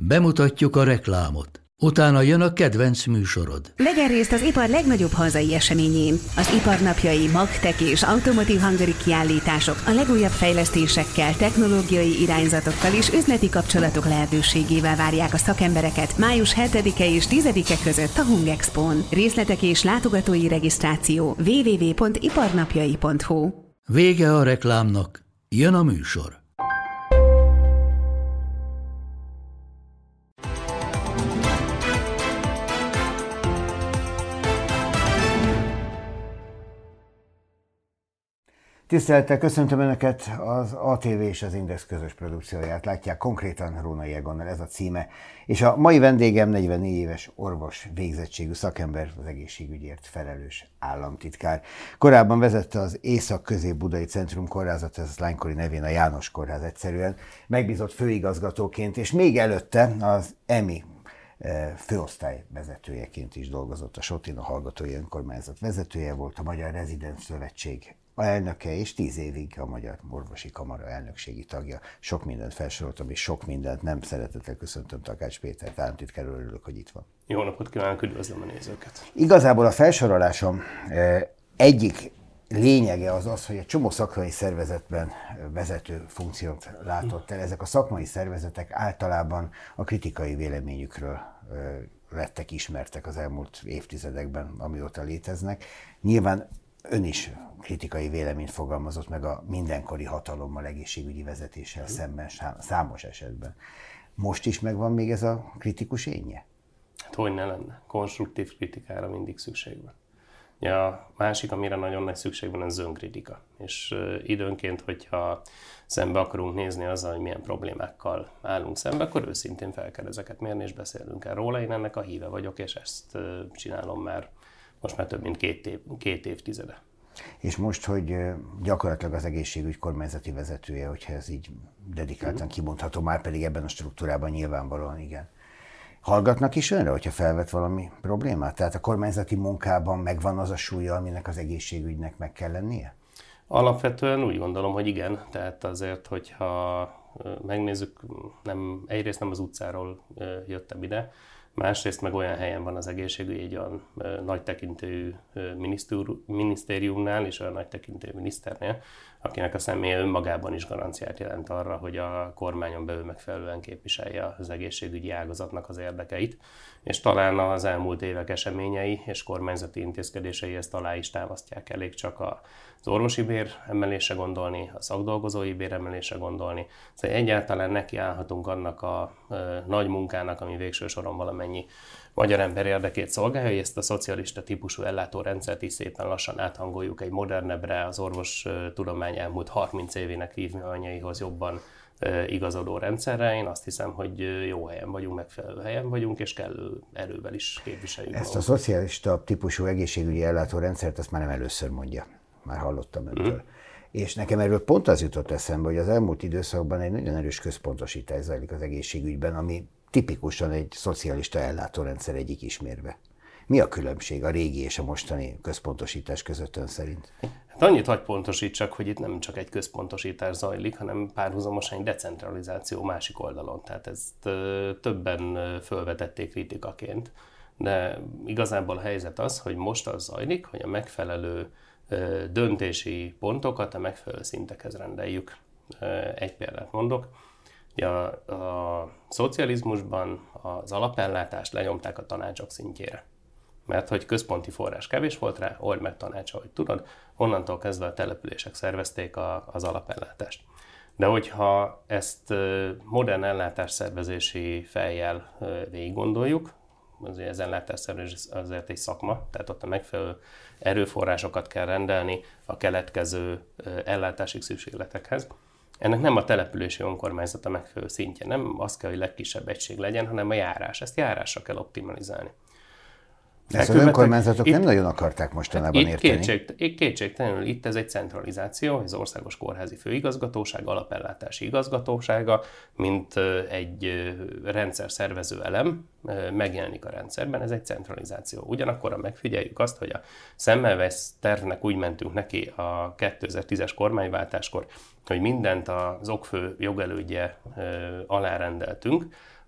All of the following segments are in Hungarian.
Bemutatjuk a reklámot. Utána jön a kedvenc műsorod. Vegyen részt az ipar legnagyobb hazai eseményén. Az iparnapjai, Magtech és Automotive Hungary kiállítások a legújabb fejlesztésekkel, technológiai irányzatokkal és üzleti kapcsolatok lehetőségével várják a szakembereket május 7-e és 10-e között a Hungexpón. Részletek és látogatói regisztráció www.iparnapjai.hu. Vége a reklámnak, jön a műsor. Tisztelettel köszöntöm Önöket, az ATV és az Index közös produkcióját látják, konkrétan Rónai Egonnal ez a címe. És a mai vendégem 44 éves orvos végzettségű szakember, az egészségügyért felelős államtitkár. Korábban vezette az Észak-Közép-Budai Centrum Kórházat, ez lánykori nevén a János Kórház egyszerűen, megbízott főigazgatóként, és még előtte az EMI főosztály vezetőjeként is dolgozott, a Sotina Hallgatói Önkormányzat vezetője volt, a Magyar Rezidens Szövetség elnöke, és 10 évig a Magyar Orvosi Kamara elnökségi tagja. Sok mindent felsoroltam, és sok mindent nem. Szeretettel köszöntöm Takács Pétert, államtitkár, örülök, hogy itt van. Jó napot kívánok, üdvözlöm a nézőket! Igazából a felsorolásom egyik lényege az, hogy egy csomó szakmai szervezetben vezető funkciót látott el. Ezek a szakmai szervezetek általában a kritikai véleményükről lettek ismertek az elmúlt évtizedekben, amióta léteznek. Nyilván ön is kritikai véleményt fogalmazott meg a mindenkori hatalommal, egészségügyi vezetéssel szemben számos esetben. Most is megvan még ez a kritikus énje? Hát hogy ne lenne. Konstruktív kritikára mindig szükség van. Ja, a másik, amire nagyon nagy szükség van, az önkritika. És időnként, hogyha szembe akarunk nézni azzal, hogy milyen problémákkal állunk szembe, akkor őszintén fel kell ezeket mérni, és beszélünk el róla. Én ennek a híve vagyok, és ezt csinálom most már több mint két évtizede. És most, hogy gyakorlatilag az egészségügy kormányzati vezetője, hogyha ez így dedikáltan kimondható, már pedig ebben a struktúrában nyilvánvalóan igen. Hallgatnak is önre, hogyha felvet valami problémát? Tehát a kormányzati munkában megvan az a súlya, aminek az egészségügynek meg kell lennie? Alapvetően úgy gondolom, hogy igen. Tehát azért, hogyha megnézzük, egyrészt nem az utcáról jöttem ide, másrészt meg olyan helyen van az egészségügy, egy olyan nagy tekintélyű minisztériumnál és olyan nagy tekintélyű miniszternél, akinek a személye önmagában is garanciát jelent arra, hogy a kormányon belül megfelelően képviselje az egészségügyi ágazatnak az érdekeit, és talán az elmúlt évek eseményei és kormányzati intézkedései ezt alá is támasztják. Elég csak az orvosi bér emelése gondolni, a szakdolgozói bér emelése gondolni. Szóval egyáltalán nekiállhatunk annak a nagy munkának, ami végső soron valamennyi magyar ember érdekét szolgálja, hogy ezt a szocialista típusú ellátórendszert is szépen lassan áthangoljuk egy modernebbre, az orvostudomány elmúlt 30 évének vívmányaihoz jobban igazodó rendszerre. Én azt hiszem, hogy jó helyen vagyunk, megfelelő helyen vagyunk, és kellő erővel is képviseljük. Ezt a szocialista típusú egészségügyi ellátórendszert, ezt már nem először mondja. Már hallottam öntől. És nekem erről pont az jutott eszembe, hogy az elmúlt időszakban egy nagyon erős központosítás zajlik az egészségügyben, ami tipikusan egy szocialista ellátórendszer egyik ismérve. Mi a különbség a régi és a mostani központosítás között ön szerint? Hát annyit hagy pontosítsak, hogy itt nem csak egy központosítás zajlik, hanem párhuzamosan egy decentralizáció másik oldalon. Tehát ezt többen fölvetették kritikaként, de igazából a helyzet az, hogy most az zajlik, hogy a megfelelő döntési pontokat a megfelelő szintekhez rendeljük. Egy példát mondok. A szocializmusban az alapellátást lenyomták a tanácsok szintjére. Mert hogy központi forrás kevés volt rá, old meg tanács, ahogy tudod, onnantól kezdve a települések szervezték az alapellátást. De hogyha ezt modern ellátásszervezési fejjel végig gondoljuk, azért az ellátásszervezés azért egy szakma, tehát ott a megfelelő erőforrásokat kell rendelni a keletkező ellátási szükségletekhez. Ennek nem a települési önkormányzat a megfelelő szintje, nem az kell, hogy legkisebb egység legyen, hanem a járás. Ezt járásra kell optimalizálni. Ezt az önkormányzatok nem nagyon akarták mostanában érteni. Kétségtelenül itt ez egy centralizáció, az Országos Kórházi Főigazgatóság, alapellátási igazgatósága, mint egy rendszer szervező elem megjelenik a rendszerben, ez egy centralizáció. Ugyanakkor megfigyeljük azt, hogy a Semmelweis tervnek úgy mentünk neki a 2010-es kormányváltáskor, hogy mindent az okfő jogelődje alá rendeltünk,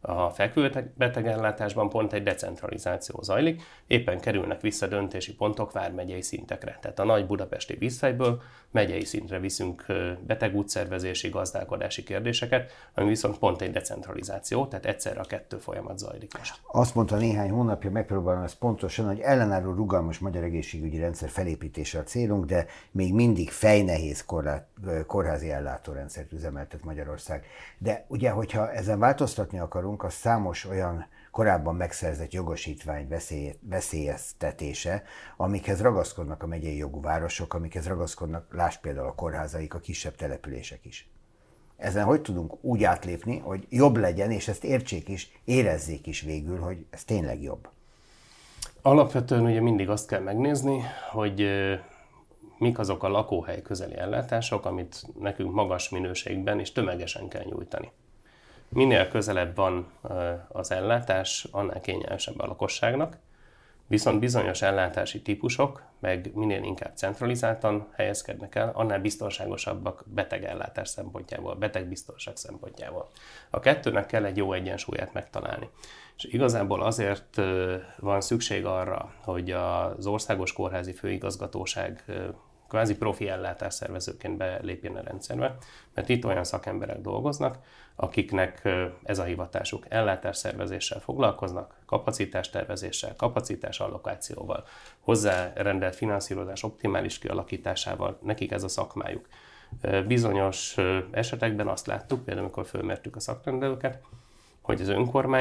A fekvőbetegellátásban pont egy decentralizáció zajlik, éppen kerülnek vissza döntési pontok vármegyei szintekre. Tehát a nagy budapesti vízfejből megyei szintre viszünk betegútszervezési, gazdálkodási kérdéseket, ami viszont pont egy decentralizáció, tehát egyszerre a kettő folyamat zajlik most. Azt mondta néhány hónapja, megpróbálom ezt pontosan, hogy ellenálló rugalmas magyar egészségügyi rendszer felépítése a célunk, de még mindig fejnehéz kórházi ellátórendszert üzemeltet Magyarország. De ugye, hogyha ezen változtatni akarunk, az számos olyan korábban megszerzett jogosítvány veszélyeztetése, amikhez ragaszkodnak a megyei jogú városok, amikhez ragaszkodnak, lásd például a kórházaik, a kisebb települések is. Ezen hogy tudunk úgy átlépni, hogy jobb legyen, és ezt értsék is, érezzék is végül, hogy ez tényleg jobb? Alapvetően ugye mindig azt kell megnézni, hogy mik azok a lakóhely közeli ellátások, amit nekünk magas minőségben és tömegesen kell nyújtani. Minél közelebb van az ellátás, annál kényelmesebb a lakosságnak, viszont bizonyos ellátási típusok meg minél inkább centralizáltan helyezkednek el, annál biztonságosabbak betegellátás szempontjából, betegbiztonság szempontjából. A kettőnek kell egy jó egyensúlyát megtalálni. És igazából azért van szükség arra, hogy az Országos Kórházi Főigazgatóság kvázi profi ellátásszervezőként belépjen a rendszerbe, mert itt olyan szakemberek dolgoznak, akiknek ez a hivatásuk, ellátásszervezéssel foglalkoznak, kapacitástervezéssel, kapacitásallokációval, hozzárendelt finanszírozás optimális kialakításával, nekik ez a szakmájuk. Bizonyos esetekben azt láttuk, például amikor fölmértük a szakrendelőket, hogy az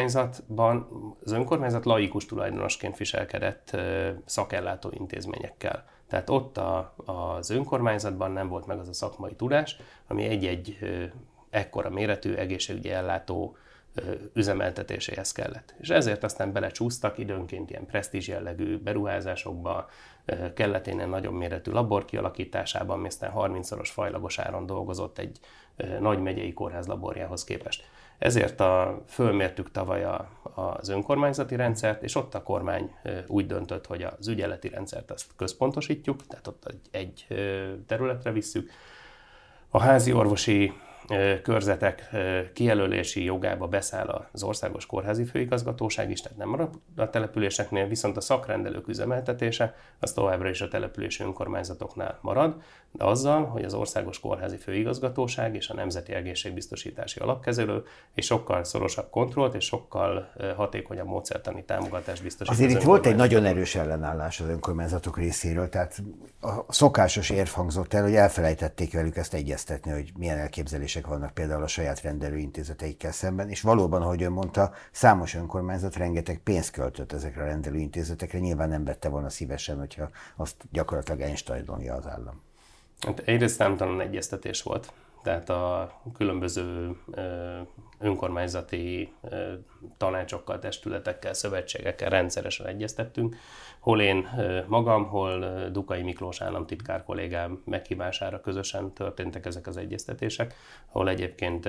önkormányzat laikus tulajdonosként viselkedett szakellátó intézményekkel. Tehát ott az önkormányzatban nem volt meg az a szakmai tudás, ami egy-egy ekkora méretű egészségügyi ellátó üzemeltetéséhez kellett. És ezért aztán belecsúsztak időnként ilyen presztízs jellegű beruházásokba, kellett egy nagyon méretű labor kialakításában, ami aztán 30-szoros fajlagos áron dolgozott egy nagy megyei kórház laborjához képest. Ezért fölmértük tavaly az önkormányzati rendszert, és ott a kormány úgy döntött, hogy az ügyeleti rendszert azt központosítjuk, tehát ott egy területre visszük. A házi orvosi körzetek kijelölési jogába beszáll az Országos Kórházi Főigazgatóság is, tehát nem marad a településeknél, viszont a szakrendelők üzemeltetése az továbbra is a települési önkormányzatoknál marad, de azzal, hogy az Országos Kórházi Főigazgatóság és a Nemzeti Egészségbiztosítási Alapkezelő és sokkal szorosabb kontrollt és sokkal hatékonyabb módszertani támogatást biztosít. Azért itt volt egy nagyon erős ellenállás az önkormányzatok részéről, tehát a szokásos érv hangzott el, hogy elfelejtették velük ezt egyeztetni, hogy milyen elképzelések vannak például a saját rendelőintézeteikkel szemben, és valóban, ahogy ön mondta, számos önkormányzat rengeteg pénzt költött ezekre a rendelőintézetekre, nyilván nem vette volna szívesen, hogyha azt gyakorlatilag Einstein-olja az állam. Hát egyrészt számtalan egyeztetés volt, tehát a különböző önkormányzati tanácsokkal, testületekkel, szövetségekkel rendszeresen egyeztettünk, hol én magam, hol Dukai Miklós államtitkár kollégám meghívására közösen történtek ezek az egyeztetések, ahol egyébként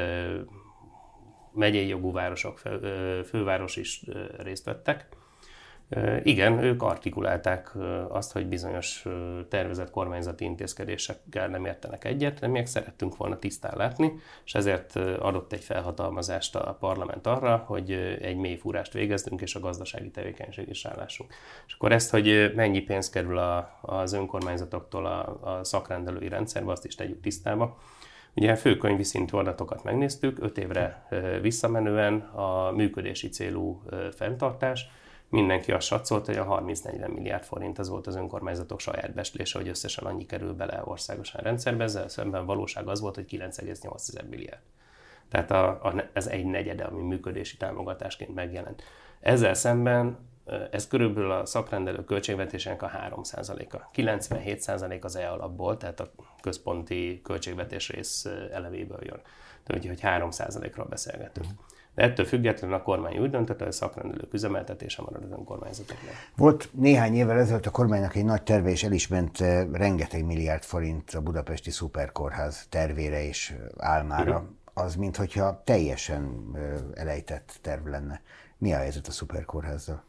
megyei jogú városok, főváros is részt vettek. Igen, ők artikulálták azt, hogy bizonyos tervezett kormányzati intézkedésekkel nem értenek egyet, de még szerettünk volna tisztán látni, és ezért adott egy felhatalmazást a parlament arra, hogy egy mély fúrást végezzünk, és a gazdasági tevékenység is rálássunk. És akkor ezt, hogy mennyi pénz kerül az önkormányzatoktól a szakrendelői rendszerbe, azt is tegyük tisztába. Ugye a főkönyvi szintű adatokat megnéztük, 5 évre visszamenően a működési célú fenntartás, mindenki azt satszolt, hogy a 30-40 milliárd forint az volt az önkormányzatok saját becslése, hogy összesen annyi kerül bele országosan rendszerbe, ezzel szemben valóság az volt, hogy 9,8 milliárd. Tehát ez egy negyede, ami működési támogatásként megjelent. Ezzel szemben ez körülbelül a szakrendelő költségvetésének a 3%-a. 97% az E-alapból, tehát a központi költségvetés rész elevéből jön. Tehát, hogy 3%-ról beszélgetünk. De ettől függetlenül a kormány úgy döntött, hogy a szakrendelők üzemeltetése marad az önkormányzatoknál. Volt néhány évvel ezelőtt a kormánynak egy nagy terve, és el is ment rengeteg milliárd forint a budapesti szuperkórház tervére és álmára. Az, minthogyha teljesen elejtett terv lenne. Mi a helyzet a szuperkórházzal? A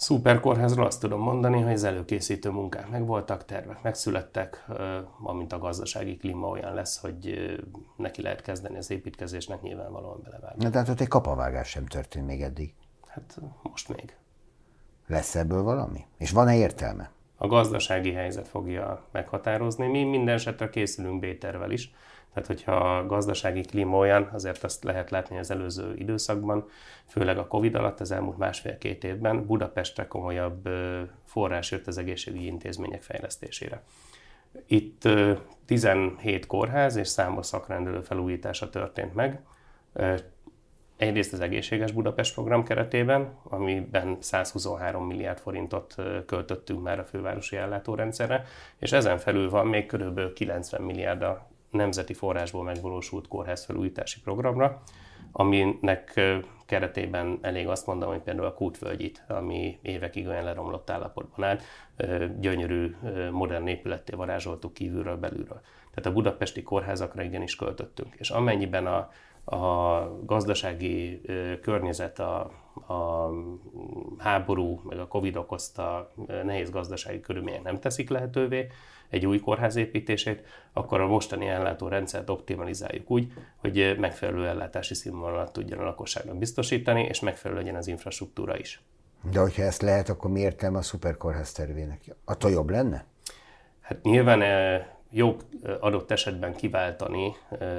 Szuperkórházról azt tudom mondani, hogy az előkészítő munkák megvoltak, tervek megszülettek, amint a gazdasági klíma olyan lesz, hogy neki lehet kezdeni az építkezésnek, nyilvánvalóan belevágni. Na, tehát ott egy kapavágás sem történt még eddig. Hát most még. Lesz ebből valami? És van-e értelme? A gazdasági helyzet fogja meghatározni. Mi minden esetre készülünk B-tervvel is. Tehát, hogyha a gazdasági klíma olyan, azért azt lehet látni az előző időszakban, főleg a Covid alatt, az elmúlt 1,5-2 évben Budapestre komolyabb forrás jött az egészségügyi intézmények fejlesztésére. Itt 17 kórház és számos szakrendelő felújítása történt meg. Egyrészt az Egészséges Budapest program keretében, amiben 123 milliárd forintot költöttünk már a fővárosi ellátórendszerre, és ezen felül van még kb. 90 milliárd a nemzeti forrásból megvalósult kórházfelújítási programra, aminek keretében elég azt mondom, hogy például a Kútvölgyit, ami évekig olyan leromlott állapotban állt, gyönyörű, modern épületté varázsoltuk kívülről, belülről. Tehát a budapesti kórházakra igenis költöttünk. És amennyiben a gazdasági környezet, a háború, meg a Covid okozta nehéz gazdasági körülmények nem teszik lehetővé egy új kórház építését, akkor a mostani ellátórendszert optimalizáljuk úgy, hogy megfelelő ellátási színvonalat tudjon a lakosságnak biztosítani, és megfelelő legyen az infrastruktúra is. De hogyha ezt lehet, akkor mi értelme a szuperkórház tervének? Attól jobb lenne? Hát nyilván jobb adott esetben kiváltani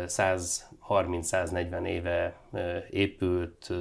130-140 éve épült,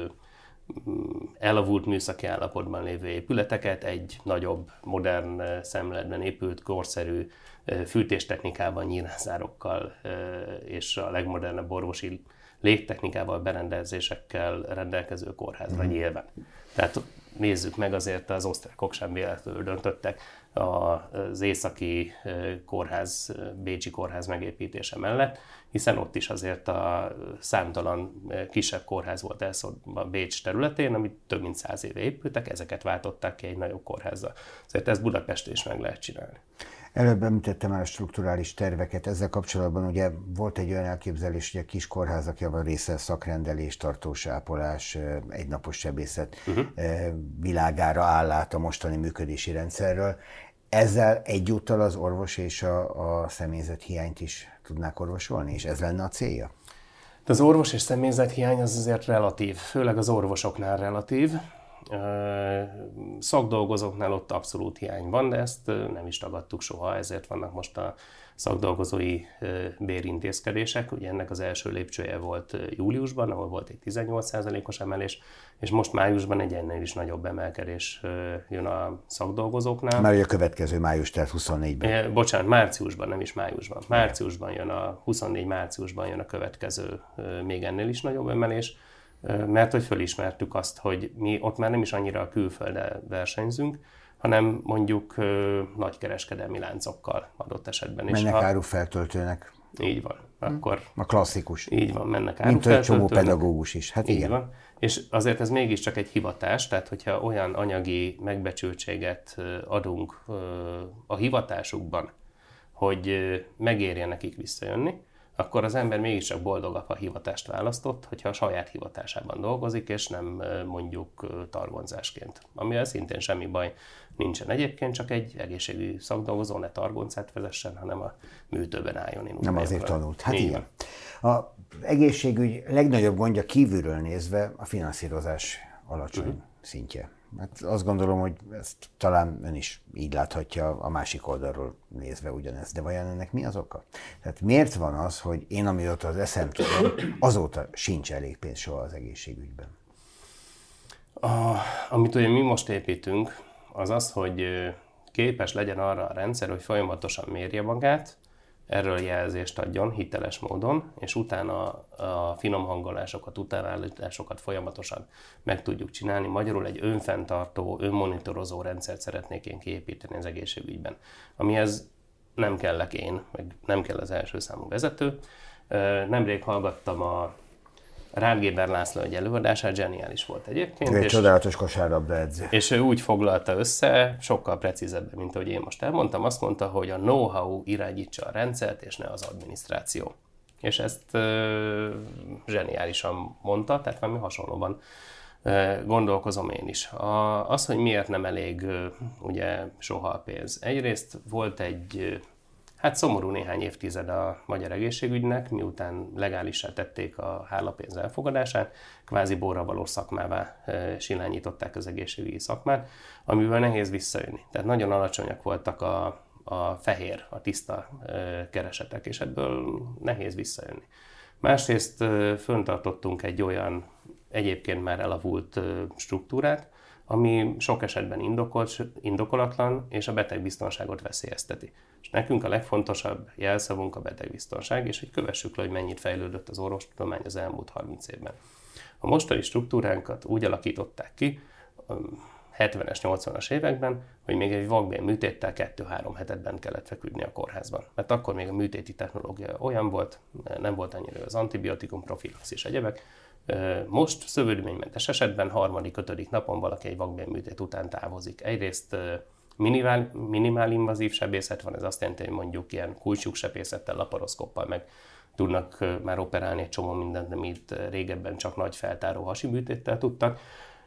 elavult műszaki állapotban lévő épületeket egy nagyobb, modern szemléletben épült, korszerű fűtéstechnikával, nyílászárokkal és a legmodernebb orvosi légtechnikával, berendezésekkel rendelkező kórházra nyilván. Tehát nézzük meg, azért az osztrákok sem véletlenül döntöttek az északi kórház, bécsi kórház megépítése mellett, hiszen ott is azért a számtalan kisebb kórház volt elszórva Bécs területén, amit több mint 100 éve épültek, ezeket váltották ki egy nagyobb kórházzal. Azért ezt Budapesten is meg lehet csinálni. Előbb említettem már a strukturális terveket. Ezzel kapcsolatban ugye volt egy olyan elképzelés, hogy a kis kórházak javarészt szakrendelés, tartós ápolás, egynapos sebészet világára áll át a mostani működési rendszerről. Ezzel egyúttal az orvos és a személyzet hiányt is tudnák orvosolni, és ez lenne a célja? De az orvos és személyzet hiány az azért relatív, főleg az orvosoknál relatív. Szakdolgozóknál ott abszolút hiány van, de ezt nem is tagadtuk soha, ezért vannak most a szakdolgozói bérintézkedések. Ugye ennek az első lépcsője volt júliusban, ahol volt egy 18%-os emelés, és most májusban egy ennél is nagyobb emelkedés jön a szakdolgozóknál. Már a következő május, tehát 24-ben. Bocsánat, márciusban, nem is májusban. Márciusban jön 24 márciusban jön a következő még ennél is nagyobb emelés, mert hogy fölismertük azt, hogy mi ott már nem is annyira a külfölddel versenyzünk, hanem mondjuk nagykereskedelmi láncokkal adott esetben. Mennek árufeltöltőnek. Így van. Akkor a klasszikus. Így van, mennek árufeltöltőnek. Mint egy csomó pedagógus is. Hát így igen. Van. És azért ez mégiscsak egy hivatás, tehát hogyha olyan anyagi megbecsültséget adunk a hivatásukban, hogy megérje nekik visszajönni, akkor az ember mégiscsak boldogabb, ha hivatást választott, hogyha a saját hivatásában dolgozik, és nem mondjuk targoncásként. Amivel szintén semmi baj nincsen egyébként, csak egy egészségügyi szakdolgozó ne targoncát vezessen, hanem a műtőben álljon. Nem azért tanult. Hát igen. Az egészségügy legnagyobb gondja kívülről nézve a finanszírozás alacsony szintje. Hát azt gondolom, hogy ezt talán ön is így láthatja a másik oldalról nézve ugyanezt, de vajon ennek mi az oka? Tehát miért van az, hogy én amióta az eszem tudom, azóta sincs elég pénz soha az egészségügyben? Amit ugye mi most építünk, az az, hogy képes legyen arra a rendszer, hogy folyamatosan mérje magát, erről jelzést adjon hiteles módon, és utána a finom hangolásokat, utánállításokat folyamatosan meg tudjuk csinálni. Magyarul egy önfenntartó, önmonitorozó rendszert szeretnék én kiépíteni az egészségügyben, amihez nem kellek én, meg nem kell az első számú vezető. Nemrég hallgattam a Rád Géber László egy előadását, zseniális volt egyébként. Ő egy csodálatos kosárlabda edző. És ő úgy foglalta össze, sokkal precízebben, mint ahogy én most elmondtam, azt mondta, hogy a know-how irányítsa a rendszert, és ne az adminisztráció. És ezt zseniálisan mondta, tehát valami hasonlóban Gondolkozom én is. Az, hogy miért nem elég ugye soha a pénz. Egyrészt volt egy szomorú néhány évtized a magyar egészségügynek, miután legálissá tették a hálapénz elfogadását, kvázi borra való szakmává silányították az egészségügyi szakmát, amiből nehéz visszajönni. Tehát nagyon alacsonyak voltak a fehér, a tiszta keresetek, és ebből nehéz visszajönni. Másrészt föntartottunk egy olyan egyébként már elavult struktúrát, ami sok esetben indokolatlan, és a betegbiztonságot veszélyezteti. És nekünk a legfontosabb jelszavunk a betegbiztonság, és hogy kövessük le, hogy mennyit fejlődött az orvostudomány az elmúlt 30 évben. A mostani struktúránkat úgy alakították ki, 70-es, 80-as években, hogy még egy vakbél műtéttel 2-3 hetet bent kellett feküdni a kórházban. Mert akkor még a műtéti technológia olyan volt, nem volt annyira az antibiotikum, profilax és egyebek. Most szövődménymentes esetben 3.-5. napon valaki egy vakbélműtét után távozik. Egyrészt minimál invazív sebészet van, ez azt jelenti, hogy mondjuk ilyen kulcslyuksebészettel, laparoszkoppal meg tudnak már operálni egy csomó mindent, amit régebben csak nagy feltáró hasi műtéttel tudtak.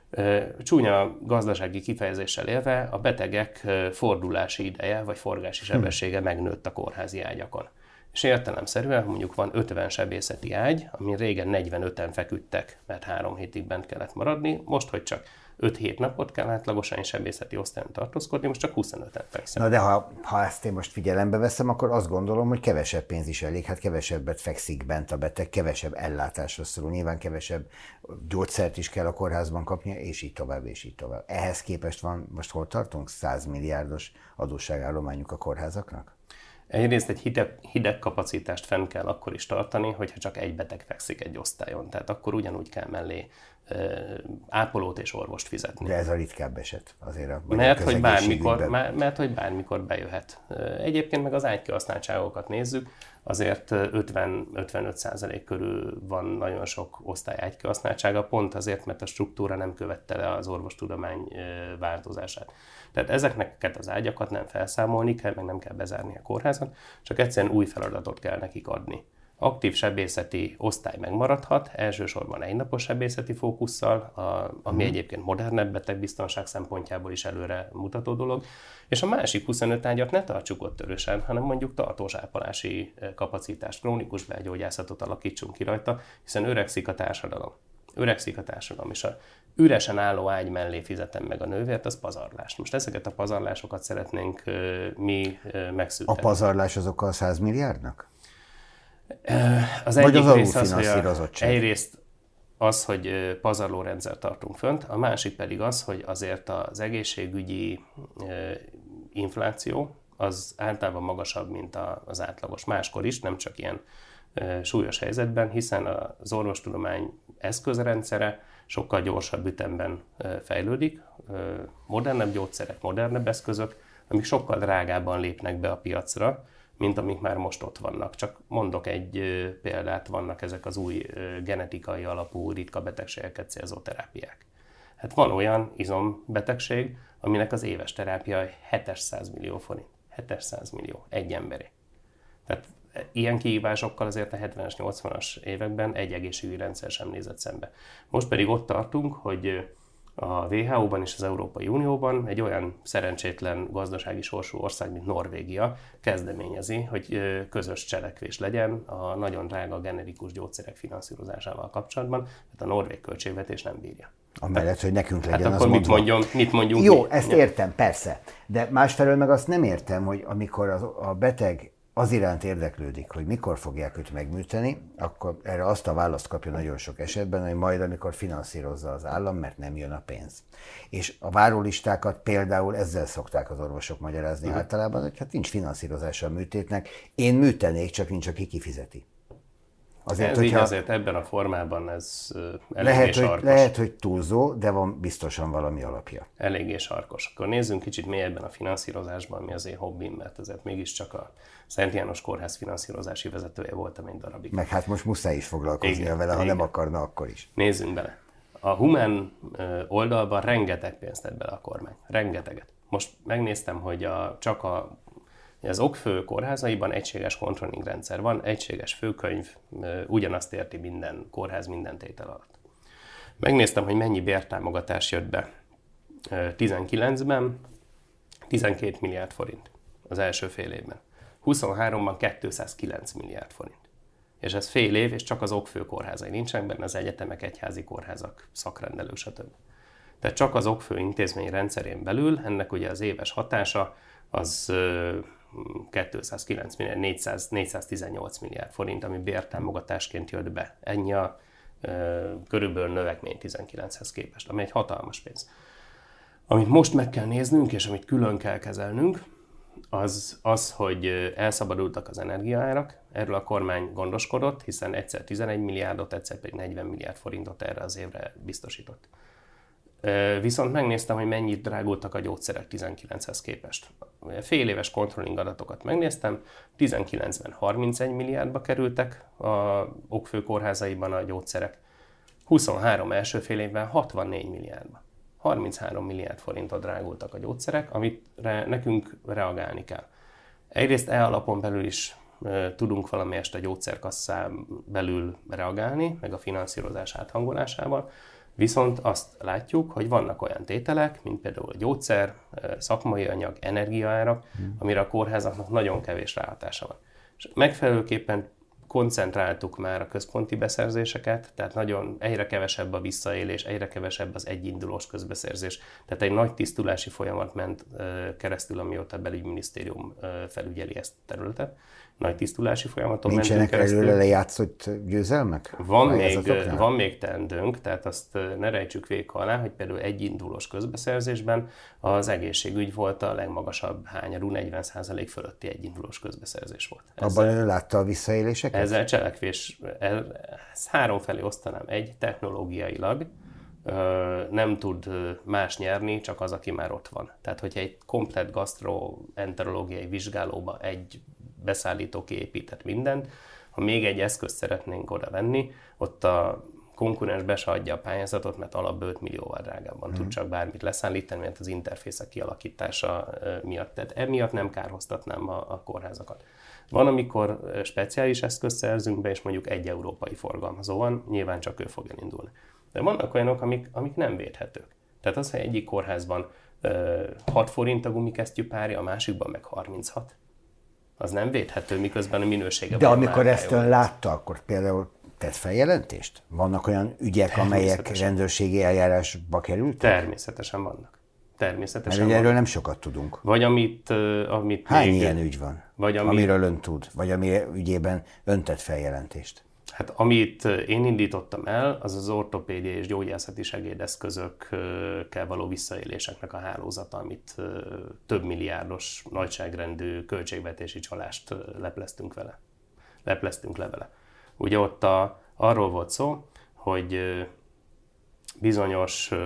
Csúnya gazdasági kifejezéssel élve a betegek fordulási ideje vagy forgási sebessége megnőtt a kórházi ágyakon. És értelemszerűen mondjuk van 50 sebészeti ágy, amin régen 45-en feküdtek, mert 3 hétig bent kellett maradni, most, hogy csak 5-7 napot kell átlagosan sebészeti osztályon tartózkodni, most csak 25-en fekszem. Na de ha ezt én most figyelembe veszem, akkor azt gondolom, hogy kevesebb pénz is elég, hát kevesebbet fekszik bent a beteg, kevesebb ellátásra szorul, nyilván kevesebb gyógyszert is kell a kórházban kapnia, és így tovább, és így tovább. Ehhez képest van, most hol tartunk? 100 milliárdos adósságállományuk a kórházaknak? Egyrészt egy hideg kapacitást fenn kell akkor is tartani, hogyha csak egy beteg fekszik egy osztályon. Tehát akkor ugyanúgy kell mellé ápolót és orvost fizetni. De ez a ritkább eset azért a mert hogy bármikor bejöhet. Egyébként meg az ágykihasználtságokat nézzük, azért 50-55% körül van nagyon sok osztály ágykihasználtsága, pont azért, mert a struktúra nem követte le az orvostudomány változását. Tehát ezeket az ágyakat nem felszámolni kell, meg nem kell bezárni a kórházat, csak egyszerűen új feladatot kell nekik adni. Aktív sebészeti osztály megmaradhat, elsősorban egynapos sebészeti fókusszal, ami egyébként modernebb betegbiztonság szempontjából is előre mutató dolog, és a másik 25 ágyat ne tartsuk ott örösen, hanem mondjuk tartós ápolási kapacitást, krónikus belgyógyászatot alakítsunk ki rajta, hiszen öregszik a társadalom. És a üresen álló ágy mellé fizetem meg a nővért, az pazarlás. Most ezeket a pazarlásokat szeretnénk mi megszüntetni. A pazarlás az oka a 100 milliárdnak? Az egyik rész az, hogy pazarlórendszert tartunk fönt, a másik pedig az, hogy azért az egészségügyi infláció az általában magasabb, mint az átlagos. Máskor is, nem csak ilyen súlyos helyzetben, hiszen az orvostudomány eszközrendszere sokkal gyorsabb ütemben fejlődik, modernebb gyógyszerek, modernebb eszközök, amik sokkal drágábban lépnek be a piacra, mint amik már most ott vannak. Csak mondok egy példát, vannak ezek az új genetikai alapú ritka betegségeket célzó terápiák. Hát van olyan izombetegség, aminek az éves terápia 700 millió forint. 700 millió, egy emberé. Tehát ilyen kihívásokkal azért a 70-es, 80-as években egy egészségügyi rendszer sem nézett szembe. Most pedig ott tartunk, hogy a WHO-ban és az Európai Unióban egy olyan szerencsétlen gazdasági sorsú ország, mint Norvégia kezdeményezi, hogy közös cselekvés legyen a nagyon drága generikus gyógyszerek finanszírozásával kapcsolatban, mert a norvég költségvetés nem bírja. Amellett, hogy nekünk legyen hát akkor mit mondjunk? Jó, ezt értem, persze. De másfelől meg azt nem értem, hogy amikor a beteg az iránt érdeklődik, hogy mikor fogják őt megműteni, akkor erre azt a választ kapja nagyon sok esetben, hogy majd amikor finanszírozza az állam, mert nem jön a pénz. És a várólistákat például ezzel szokták az orvosok magyarázni általában, hogy hát nincs finanszírozása a műtétnek, én műtenék, csak nincs, aki kifizeti. Azért ebben a formában ez eléggé sarkos. Lehet, hogy túlzó, de van biztosan valami alapja. Eléggé sarkos. Akkor nézzünk kicsit mélyebben a finanszírozásban, mi az én hobbim, mert azért mégiscsak a Szent János Kórház finanszírozási vezetője voltam egy darabig. Meg hát most muszáj is foglalkoznia vele, ha nem akarna, akkor is. Nézzünk bele. A Human oldalban rengeteg pénzt tett bele a kormány. Rengeteget. Most megnéztem, hogy az okfő kórházaiban egységes controlling rendszer van, egységes főkönyv, ugyanazt érti minden kórház minden tétel alatt. Megnéztem, hogy mennyi bértámogatás jött be 19-ben, 12 milliárd forint az első fél évben. 23-ban 209 milliárd forint. És ez fél év, és csak az okfő kórházai nincsenek benne, az egyetemek, egyházi kórházak, szakrendelők, stb. Tehát csak az okfő intézmény rendszerén belül ennek ugye az éves hatása az 209 milliárd, 418 milliárd forint, ami bértámogatásként jött be. Ennyi a körülbelül növekmény 19-hez képest, ami egy hatalmas pénz. Amit most meg kell néznünk, és amit külön kell kezelnünk, az, hogy elszabadultak az energiaárak. Erről a kormány gondoskodott, hiszen egyszer 11 milliárdot, egyszer pedig 40 milliárd forintot erre az évre biztosított. Viszont megnéztem, hogy mennyit drágultak a gyógyszerek 19-hez képest. Fél éves controlling adatokat megnéztem, 19-ben 31 milliárdba kerültek a okfő kórházaiban a gyógyszerek, 23 első fél évben 64 milliárdba. 33 milliárd forintot drágultak a gyógyszerek, amire nekünk reagálni kell. Egyrészt alapon belül is tudunk valamelyest a gyógyszerkasszán belül reagálni, meg a finanszírozás áthangolásával, viszont azt látjuk, hogy vannak olyan tételek, mint például a gyógyszer, szakmai anyag, energiaárak, amire a kórházaknak nagyon kevés ráhatása van. És megfelelőképpen koncentráltuk már a központi beszerzéseket, tehát nagyon egyre kevesebb a visszaélés, egyre kevesebb az egyindulós közbeszerzés. Tehát egy nagy tisztulási folyamat ment keresztül, amióta a belügyminisztérium felügyeli ezt a területet. Nagy tisztulási folyamaton nincsenek előre lejátszott győzelmek? Van még teendőnk, tehát azt ne rejtsük véka alá, hogy például egyindulós közbeszerzésben az egészségügy volt a legmagasabb hányadú, 40% fölötti egyindulós közbeszerzés volt. Abban ön látta a visszaéléseket? Ezzel cselekvés, ezt háromfelé osztanám. Egy, technológiailag nem tud más nyerni, csak az, aki már ott van. Tehát, hogyha egy komplett gastroenterológiai vizsgálóba egy beszállító kiépített mindent, ha még egy eszközt szeretnénk oda venni, ott a konkurens be se adja a pályázatot, mert alapból 5 millióval drágábban tud csak bármit leszállítani, mert az interfészek kialakítása miatt. Tehát emiatt nem kárhoztatnám a kórházakat. Van, amikor speciális eszközt szerzünk be, és mondjuk egy európai forgalmazó van, nyilván csak ő fog elindulni. De vannak olyanok, amik nem védhetők. Tehát az, hogy egyik kórházban 6 forint a gumikesztyűpárja, a másikban meg 36, az nem védhető, miközben a minősége. De amikor ezt ön látta, akkor például tett feljelentést? Vannak olyan ügyek, amelyek rendőrségi eljárásba kerültek? Természetesen vannak. Természetesen mert erről nem sokat tudunk. Vagy amit hány ilyen ügy van, amiről ön tud, vagy ami ügyében ön tett feljelentést? Hát amit én indítottam el, az az ortopédiai és gyógyászati segédeszközökkel való visszaéléseknek a hálózata, amit több milliárdos nagyságrendű költségvetési csalást lepleztünk le vele. Ugye ott arról volt szó, hogy bizonyos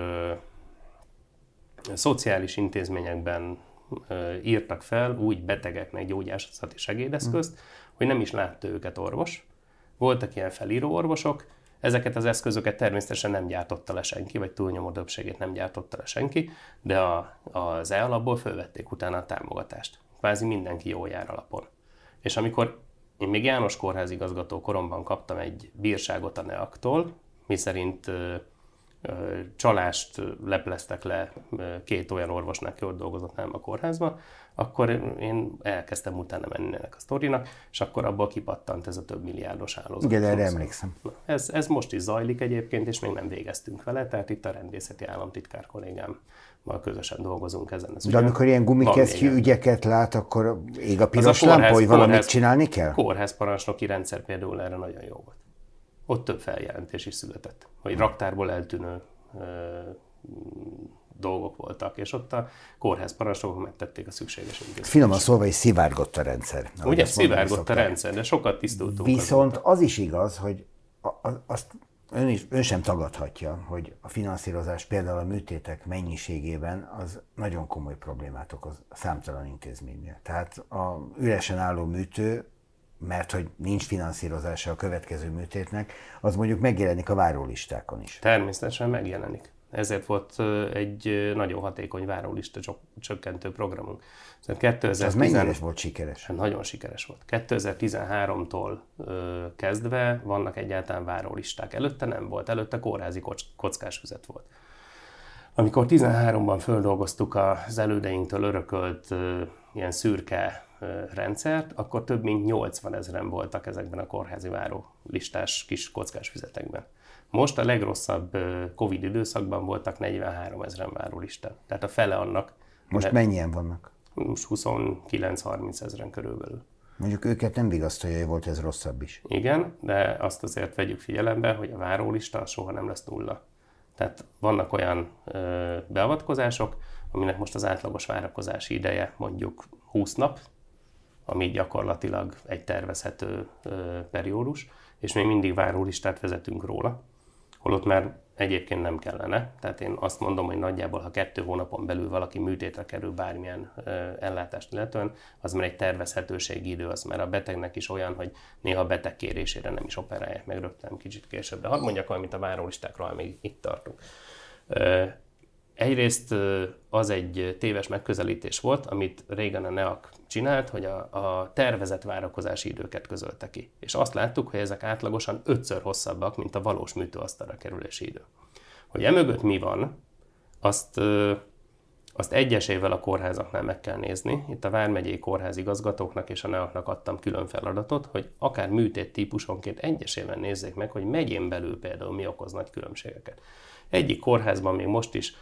szociális intézményekben írtak fel úgy betegeknek gyógyászati segédeszközt, hogy nem is látta őket orvos. Voltak ilyen felíró orvosok, ezeket az eszközöket természetesen nem gyártotta le senki, vagy túlnyomó többségét nem gyártotta le senki, de az E-alapból fölvették utána a támogatást. Kvázi mindenki jól jár alapon. És amikor én még János kórházigazgató koromban kaptam egy bírságot a NEAK-tól, miszerint csalást lepleztek le 2 olyan orvosnak, aki ott dolgozott nálam a kórházban, akkor én elkezdtem utána menni ennek a sztorinak, és akkor abból kipattant ez a több milliárdos hálózat. Igen, erre emlékszem. Ez most is zajlik egyébként, és még nem végeztünk vele, tehát itt a rendészeti államtitkár kollégámmal közösen dolgozunk ezen. De amikor ilyen gumikesztyű ügyeket lát, akkor ég a piros lámpa, hogy valamit csinálni kell? Kórházparancsnoki rendszer például erre nagyon jó volt. Ott több feljelentés is született, hogy raktárból eltűnő dolgok voltak, és ott a kórházparancsnokok megtették a szükséges intézkedéseket. Finoman szólva, hogy szivárgott a rendszer. Ugye szivárgott a rendszer, de sokat tisztultunk. Viszont az is igaz, hogy azt ön sem tagadhatja, hogy a finanszírozás például a műtétek mennyiségében az nagyon komoly problémát okoz számtalan intézménynél. Tehát a üresen álló műtő, mert hogy nincs finanszírozása a következő műtétnek, az mondjuk megjelenik a várólistákon is. Természetesen megjelenik. Ezért volt egy nagyon hatékony várólista csökkentő programunk. Ez mennyire volt sikeres? Nagyon sikeres volt. 2013-tól kezdve vannak egyáltalán várólisták. Előtte nem volt, előtte kórházi kockásfüzet volt. Amikor 13-ban földolgoztuk az elődeinktől örökölt ilyen szürke rendszert, akkor több mint 80 000 voltak ezekben a kórházi várólistás kis kockásfüzetekben. Most a legrosszabb Covid időszakban voltak 43 000 várólistán. Tehát a fele annak. Most mennyien vannak? Most 29-30 000 körülbelül. Mondjuk őket nem vigasztalja, hogy volt ez rosszabb is. Igen, de azt azért vegyük figyelembe, hogy a várólista soha nem lesz nulla. Tehát vannak olyan beavatkozások, aminek most az átlagos várakozási ideje mondjuk 20 nap, ami gyakorlatilag egy tervezhető periódus, és még mindig várólistát vezetünk róla, holott már egyébként nem kellene. Tehát én azt mondom, hogy nagyjából, ha 2 hónapon belül valaki műtétre kerül bármilyen ellátást illetően, az már egy tervezhetőségi idő, az már a betegnek is olyan, hogy néha a beteg kérésére nem is operálják meg rögtön kicsit később. De hadd mondjak valamit a várólistákról, még itt tartunk. Egyrészt az egy téves megközelítés volt, amit régen a NEAK csinált, hogy a tervezett várakozási időket közölte ki. És azt láttuk, hogy ezek átlagosan 5-ször hosszabbak, mint a valós műtőasztalra kerülési idő. Hogy emögött mi van, azt egyesével a kórházaknál meg kell nézni. Itt a vármegyei kórházigazgatóknak és a NEAK-nak adtam külön feladatot, hogy akár műtét típusonként egyesével nézzék meg, hogy megyén belül például mi okoz nagy különbségeket. Egyik kórházban még most is,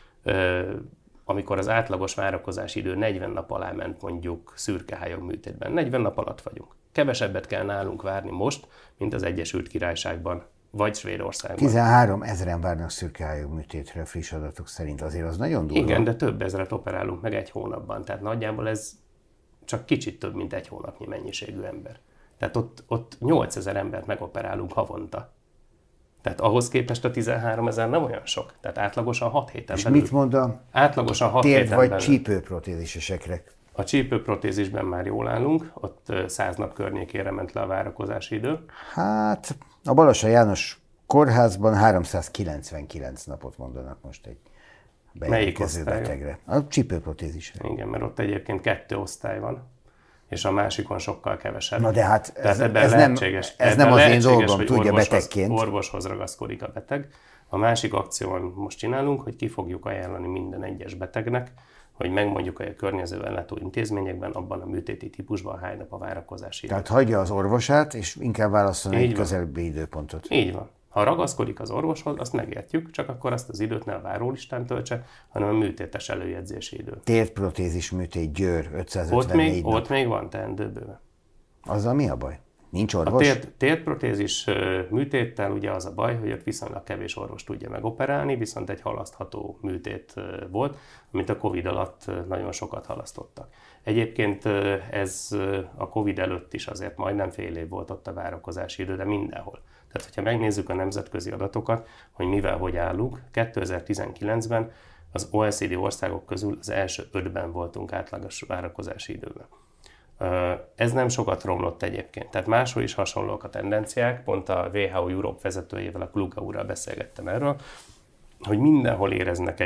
amikor az átlagos várakozási idő 40 nap alá ment mondjuk szürkehályog műtétben, 40 nap alatt vagyunk. Kevesebbet kell nálunk várni most, mint az Egyesült Királyságban, vagy Svédországban. 13 000 várnak szürkehályog műtétre friss adatok szerint, azért az nagyon durva. Igen, de több ezret operálunk meg egy hónapban, tehát nagyjából ez csak kicsit több, mint egy hónapnyi mennyiségű ember. Tehát ott 8000 embert megoperálunk havonta. Tehát ahhoz képest a 13 000 nem olyan sok. Tehát átlagosan 6 héten és belül. És mit mond a térd vagy csípőprotézisesekre? A csípőprotézisben már jól állunk, ott 100 nap környékére ment le a várakozási idő. Hát a Balassa János kórházban 399 napot mondanak most egy bejelentkező betegre. A csípőprotézisre. Igen, mert ott egyébként 2 osztály van, és a másikon sokkal kevesebb. Na de hát ez nem az én dolgom, tudja betegként. Orvoshoz ragaszkodik a beteg. A másik akció, amit most csinálunk, hogy ki fogjuk ajánlani minden egyes betegnek, hogy megmondjuk, hogy a környező ellátó intézményekben, abban a műtéti típusban hány nap a várakozási idő. Tehát hagyja az orvosát, és inkább válasszon egy közelebbi időpontot. Így van. Ha ragaszkodik az orvoshoz, azt megértjük, csak akkor azt az időt ne a várólistán töltse, hanem a műtétes előjegyzési időt. Térdprotézis műtét Győr 554 nap. Ott még van teendő bőven. Azzal mi a baj? Nincs orvos? A térdprotézis műtéttel ugye az a baj, hogy ott viszonylag kevés orvos tudja megoperálni, viszont egy halasztható műtét volt, amit a Covid alatt nagyon sokat halasztottak. Egyébként ez a Covid előtt is azért majdnem fél év volt ott a várakozási idő, de mindenhol. Tehát, hogyha megnézzük a nemzetközi adatokat, hogy mivel hogy állunk, 2019-ben az OECD országok közül az első 5-ben voltunk átlagos várakozási időben. Ez nem sokat romlott egyébként. Tehát máshol is hasonlók a tendenciák, pont a WHO Europe vezetőjével, a Kluga úrral beszélgettem erről, hogy mindenhol éreznek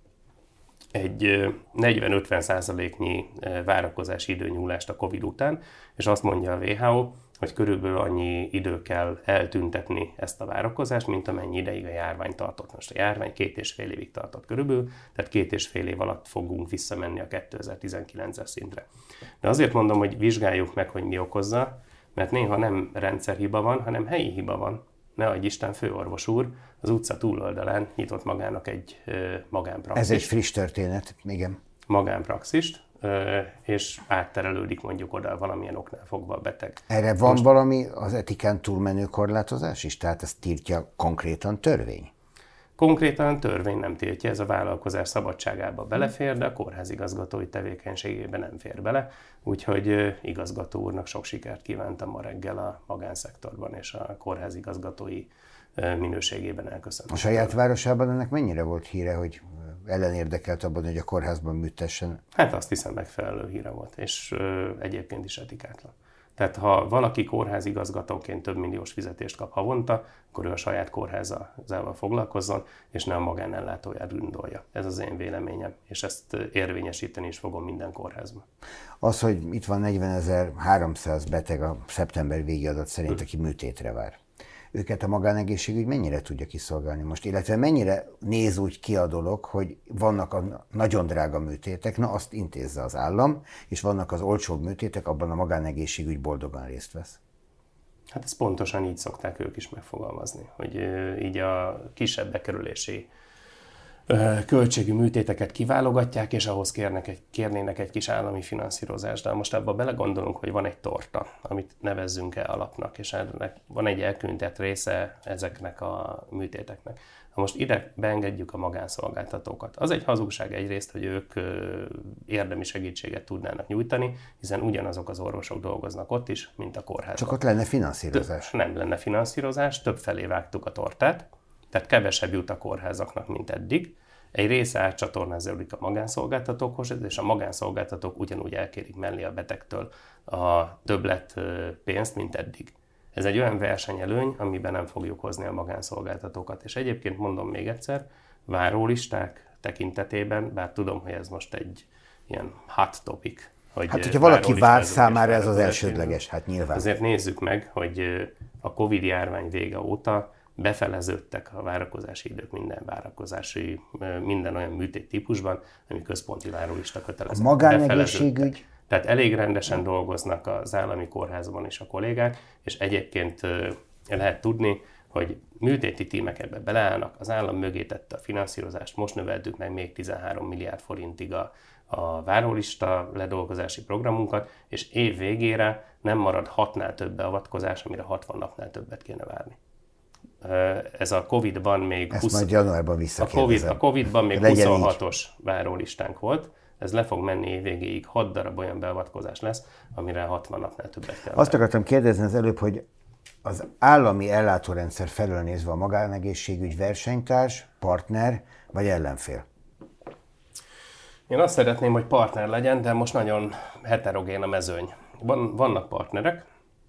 egy 40-50%-nyi várakozási időnyúlást a Covid után, és azt mondja a WHO, hogy körülbelül annyi idő kell eltüntetni ezt a várakozást, mint amennyi ideig a járvány tartott. Most a járvány 2,5 évig tartott körülbelül, tehát 2,5 év alatt fogunk visszamenni a 2019-es szintre. De azért mondom, hogy vizsgáljuk meg, hogy mi okozza, mert néha nem rendszerhiba van, hanem helyi hiba van. Ne adj Isten, főorvos úr az utca túloldalán nyitott magának egy magánpraxist. Ez egy friss történet, igen. Magánpraxist, és átterelődik mondjuk oda valamilyen oknál fogva a beteg. Erre van valami az etikán túlmenő korlátozás is? Tehát ezt tiltja konkrétan törvény? Konkrétan törvény nem tiltja, ez a vállalkozás szabadságába belefér, de a kórházigazgatói tevékenységébe nem fér bele, úgyhogy igazgató úrnak sok sikert kívántam ma reggel a magánszektorban és a kórházigazgatói minőségében elköszöntem. A saját városában ennek mennyire volt híre, hogy ellenérdekelt abban, hogy a kórházban műtessen? Hát azt hiszem megfelelő híre volt, és egyébként is etikátlan. Tehát ha valaki kórházigazgatóként több milliós fizetést kap havonta, akkor ő a saját kórházával foglalkozzon, és ne a magánellátóját gondolja. Ez az én véleményem, és ezt érvényesíteni is fogom minden kórházban. Az, hogy itt van 40.300 beteg a szeptember végi adat szerint, aki műtétre vár. Őket a magánegészségügy mennyire tudja kiszolgálni most, illetve mennyire néz úgy ki a dolog, hogy vannak a nagyon drága műtétek, na azt intézze az állam, és vannak az olcsóbb műtétek, abban a magánegészségügy boldogan részt vesz. Hát ezt pontosan így szokták ők is megfogalmazni, hogy így a kisebb bekerülési költségű műtéteket kiválogatják, és ahhoz kérnének egy kis állami finanszírozást. De most abban belegondolunk, hogy van egy torta, amit nevezzünk el alapnak, és ennek van egy elkülönített része ezeknek a műtéteknek. Ha most ide beengedjük a magánszolgáltatókat, az egy hazugság egyrészt, hogy ők érdemi segítséget tudnának nyújtani, hiszen ugyanazok az orvosok dolgoznak ott is, mint a kórházban. Csak ott lenne finanszírozás. Nem lenne finanszírozás, több felé vágtuk a tortát, tehát kevesebb jut a kórházaknak, mint eddig. Egy része átcsatornázódik a magánszolgáltatókhoz, és a magánszolgáltatók ugyanúgy elkérik mellé a betegtől a többlet pénzt, mint eddig. Ez egy olyan versenyelőny, amiben nem fogjuk hozni a magánszolgáltatókat. És egyébként mondom még egyszer, várólisták tekintetében, bár tudom, hogy ez most egy ilyen hot topic. Hát, hogyha valaki vár számára, ez az elsődleges, hát nyilván. Azért nézzük meg, hogy a Covid-járvány vége óta befeleződtek a várakozási idők minden olyan műtét típusban, ami központi várólista kötelező. A magánegészségügy? Tehát elég rendesen dolgoznak az állami kórházban is a kollégák, és egyébként lehet tudni, hogy műtéti tímek ebbe beleállnak, az állam mögé tette a finanszírozást, most növeltük meg még 13 milliárd forintig a várólista ledolgozási programunkat, és év végére nem marad 6-nál több beavatkozás, amire 60 napnál többet kéne várni. Ez a Covid-ban még... Ezt majd januárban visszakérdezem. A Covid-ban még 26-os várólistánk volt, ez le fog menni évvégéig, 6 darab olyan beavatkozás lesz, amire 60 napnál többet kell. Azt akartam kérdezni az előbb, hogy az állami ellátórendszer felől nézve a magánegészségügy versenytárs, partner vagy ellenfél? Én azt szeretném, hogy partner legyen, de most nagyon heterogén a mezőny. Vannak partnerek,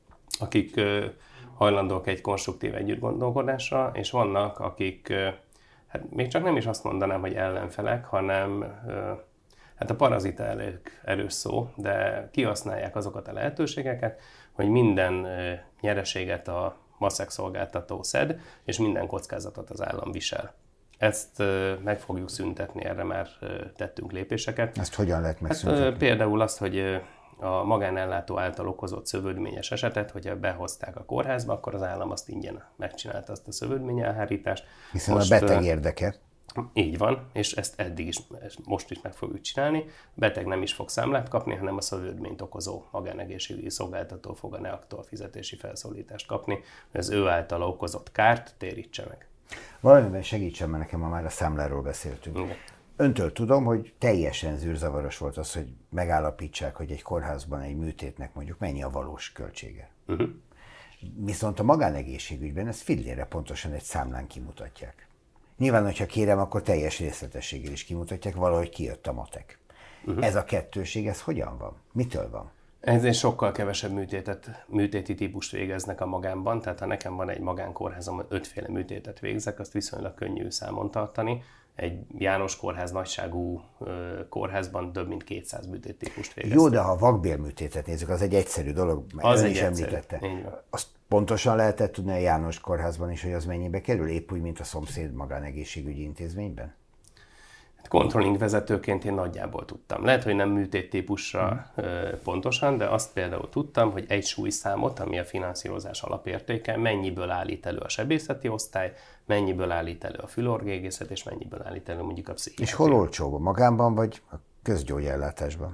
akik hajlandók egy konstruktív együttgondolkodásra, és vannak, akik, hát még csak nem is azt mondanám, hogy ellenfelek, hanem hát a parazita erős szó, de kihasználják azokat a lehetőségeket, hogy minden nyereséget a maszek szolgáltató szed, és minden kockázatot az állam visel. Ezt meg fogjuk szüntetni, erre már tettünk lépéseket. Ezt hogyan lehet megszüntetni? Hát, például azt, hogy a magánellátó által okozott szövődményes esetet, hogyha behozták a kórházba, akkor az állam azt ingyen megcsinálta, azt a szövődményelhárítást. Hiszen most, a beteg érdeke. Így van, és ezt eddig is, most is meg fogjuk csinálni. A beteg nem is fog számlát kapni, hanem a szövődményt okozó magánegészségügyi szolgáltató fog a NEAK-tól fizetési felszólítást kapni, hogy az ő általa okozott kárt térítse meg. Valamiben segítsen, mert nekem már a számláról beszéltünk. Igen. Öntől tudom, hogy teljesen zűrzavaros volt az, hogy megállapítsák, hogy egy kórházban egy műtétnek mondjuk mennyi a valós költsége. Viszont a magánegészségügyben ezt fillére pontosan egy számlán kimutatják. Nyilván, hogyha kérem, akkor teljes részletességgel is kimutatják, valahogy kijött a matek. Ez a kettőség, ez hogyan van? Mitől van? Ezért sokkal kevesebb műtéti típust végeznek a magánban, tehát ha nekem van egy magánkórházam, 5 féle műtétet végzek, azt viszonylag könnyű számon tartani. Egy János kórház nagyságú kórházban több mint 200 műtéttípust végeztek. Jó, de ha a vakbélműtétet nézzük, az egy egyszerű dolog, mert ön is említette. Azt pontosan lehetett tudni a János kórházban is, hogy az mennyibe kerül, épp úgy, mint a szomszéd magánegészségügyi intézményben? Controlling vezetőként én nagyjából tudtam. Lehet, hogy nem műtéttípusra pontosan, de azt például tudtam, hogy egy súlyszámot, ami a finanszírozás alapértéke, mennyiből állít elő a sebészeti osztály, mennyiből állít elő a fülorgégészet, és mennyiből állít elő mondjuk a pszichiátria. És hol olcsóbb, a magánban vagy a közgyógyellátásban?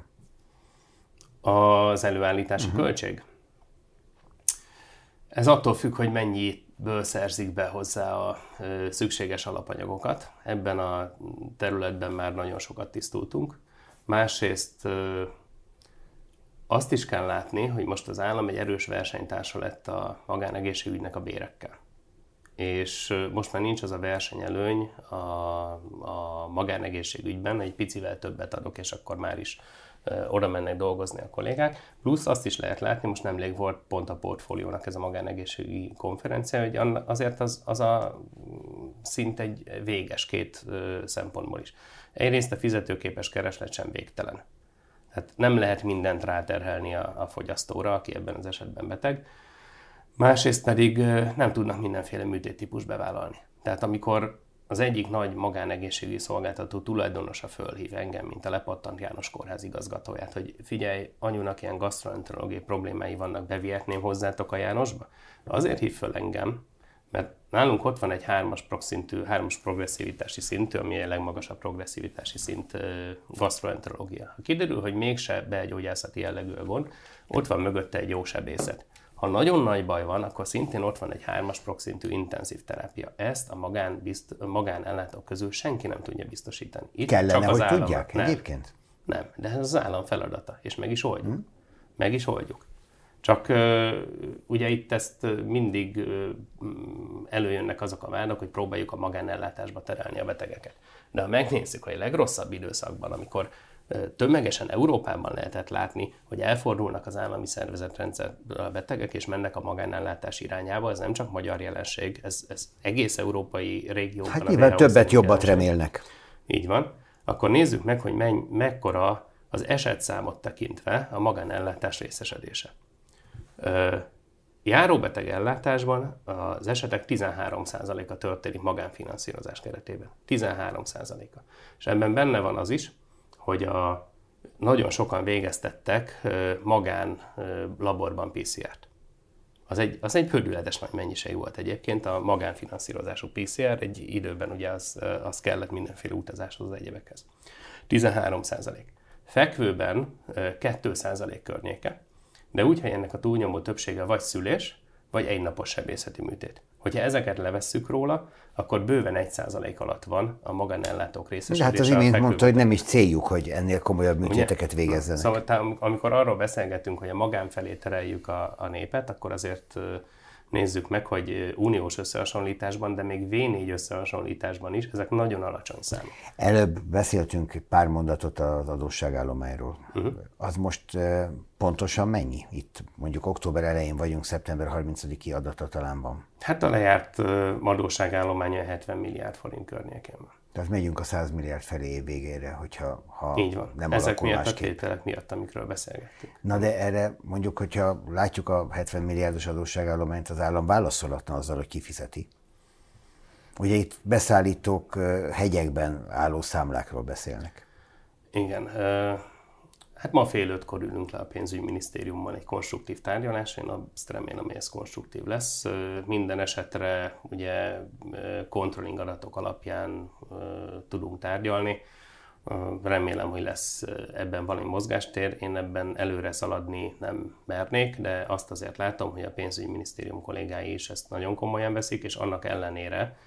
Az előállítási költség? Ez attól függ, hogy mennyiből szerzik be hozzá a szükséges alapanyagokat. Ebben a területben már nagyon sokat tisztultunk. Másrészt azt is kell látni, hogy most az állam egy erős versenytársa lett a magánegészségügynek a bérekkel. És most már nincs az a versenyelőny a magánegészségügyben, egy picivel többet adok, és akkor már is oda mennek dolgozni a kollégák. Plusz azt is lehet látni, most nemrég volt pont a Portfóliónak ez a magánegészségügyi konferencia, hogy azért az a szint egy véges két szempontból is. Egyrészt a fizetőképes kereslet sem végtelen. Tehát nem lehet mindent ráterhelni a fogyasztóra, aki ebben az esetben beteg. Másrészt pedig nem tudnak mindenféle műtéttípus bevállalni. Tehát amikor az egyik nagy magánegészségügyi szolgáltató tulajdonosa fölhív engem, mint a Lepattant János Kórház igazgatóját, hogy figyelj, anyunak ilyen gasztroenterológiai problémái vannak, bevihetném hozzátok a Jánosba? Azért hív föl engem, mert nálunk ott van egy 3-as progresszivitási szintű, ami a legmagasabb progresszivitási szint gasztroenterológia. Ha kiderül, hogy mégse belgyógyászati jellegű a gond, ott van mögötte egy jó sebészet. Ha nagyon nagy baj van, akkor szintén ott van egy 3-as prog-szintű intenzív terápia. Ezt a magánellátók közül senki nem tudja biztosítani. Itt kellene, hogy tudják egyébként? Nem, de ez az állam feladata, és meg is oldjuk. Meg is oldjuk. Csak ugye itt ezt mindig előjönnek azok a vádak, hogy próbáljuk a magánellátásba terelni a betegeket. De ha megnézzük, hogy a legrosszabb időszakban, amikor tömegesen Európában lehetett látni, hogy elfordulnak az állami szervezetrendszerből a betegek, és mennek a magánellátás irányába, ez nem csak magyar jelenség, ez egész európai régióban. Hát nyilván többet, jobbat remélnek. Így van. Akkor nézzük meg, hogy mekkora az esetszámot tekintve a magánellátás részesedése. Járóbeteg ellátásban az esetek 13%-a történik magánfinanszírozás keretében. 13%-a. És ebben benne van az is, hogy nagyon sokan végeztettek magán laborban PCR-t. Az egy hördületes nagy mennyiség volt egyébként, a magánfinanszírozású PCR, egy időben ugye az kellett mindenféle utazáshoz, az egyebekhez. 13%. Fekvőben 2% környéke, de úgy, hogy ennek a túlnyomó többsége vagy szülés, vagy egynapos sebészeti műtét. Hogyha ezeket levesszük róla, akkor bőven 1% alatt van a magánellátók részesedése. Hát az imént mondta, hogy nem is céljuk, hogy ennél komolyabb műtéteket végezzenek. Szóval amikor arról beszélgetünk, hogy a magán felé tereljük a népet, akkor azért nézzük meg, hogy uniós összehasonlításban, de még V4 összehasonlításban is, ezek nagyon alacsony számok. Előbb beszéltünk pár mondatot az adósságállományról. Az most pontosan mennyi? Itt mondjuk október elején vagyunk, szeptember 30-i adata talán van. Hát a lejárt adósságállománya 70 milliárd forint környékén van. Tehát megyünk a 100 milliárd felé év végére, hogyha így van. Nem ezek alakul miatt másképp. a tételek miatt, amikről beszélgettünk. Na de erre mondjuk, hogyha látjuk a 70 milliárdos adósságállományt, az állam válaszolatna azzal, hogy kifizeti. Ugye itt beszállítók hegyekben álló számlákról beszélnek. Igen. Hát ma fél 5-kor ülünk le a pénzügyminisztériumban egy konstruktív tárgyalásra, én azt remélem, hogy ez konstruktív lesz. Minden esetre ugye controlling adatok alapján tudunk tárgyalni. Remélem, hogy lesz ebben valami mozgástér. Én ebben előre szaladni nem mernék, de azt azért látom, hogy a pénzügyminisztérium kollégái is ezt nagyon komolyan veszik, és annak ellenére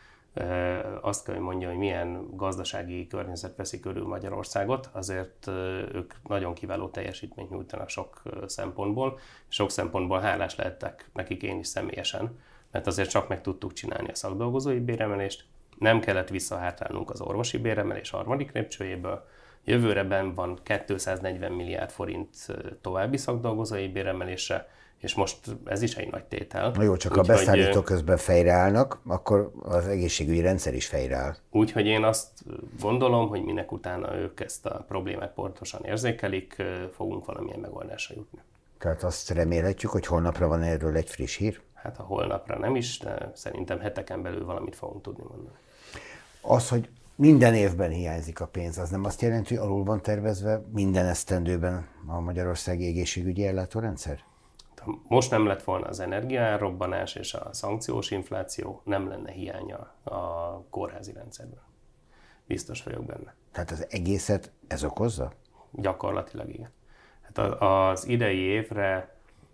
azt kell, hogy mondja, hogy milyen gazdasági környezet veszi körül Magyarországot, azért ők nagyon kiváló teljesítményt nyújtanak sok szempontból. Sok szempontból hálás lehettek nekik én is személyesen, mert azért csak meg tudtuk csinálni a szakdolgozói béremelést, nem kellett visszahátrálnunk az orvosi béremelés harmadik lépcsőjéből, jövőre benn van 240 milliárd forint további szakdolgozói béremelésre, és most ez is egy nagy tétel. Na jó, csak ha beszállítók közben fejreállnak, akkor az egészségügyi rendszer is fejreáll. Úgyhogy én azt gondolom, hogy minek utána ők ezt a problémát pontosan érzékelik, fogunk valamilyen megoldásra jutni. Tehát azt remélhetjük, hogy holnapra van erről egy friss hír? Hát ha holnapra nem is, de szerintem heteken belül valamit fogunk tudni mondani. Az, hogy minden évben hiányzik a pénz, az nem azt jelenti, hogy alul van tervezve minden esztendőben a magyarországi egészségügyi ellátórendszer? Most nem lett volna az energiárobbanás és a szankciós infláció, nem lenne hiánya a kórházi rendszerben. Biztos vagyok benne. Tehát az egészet ez okozza? Gyakorlatilag igen. Hát az idei évre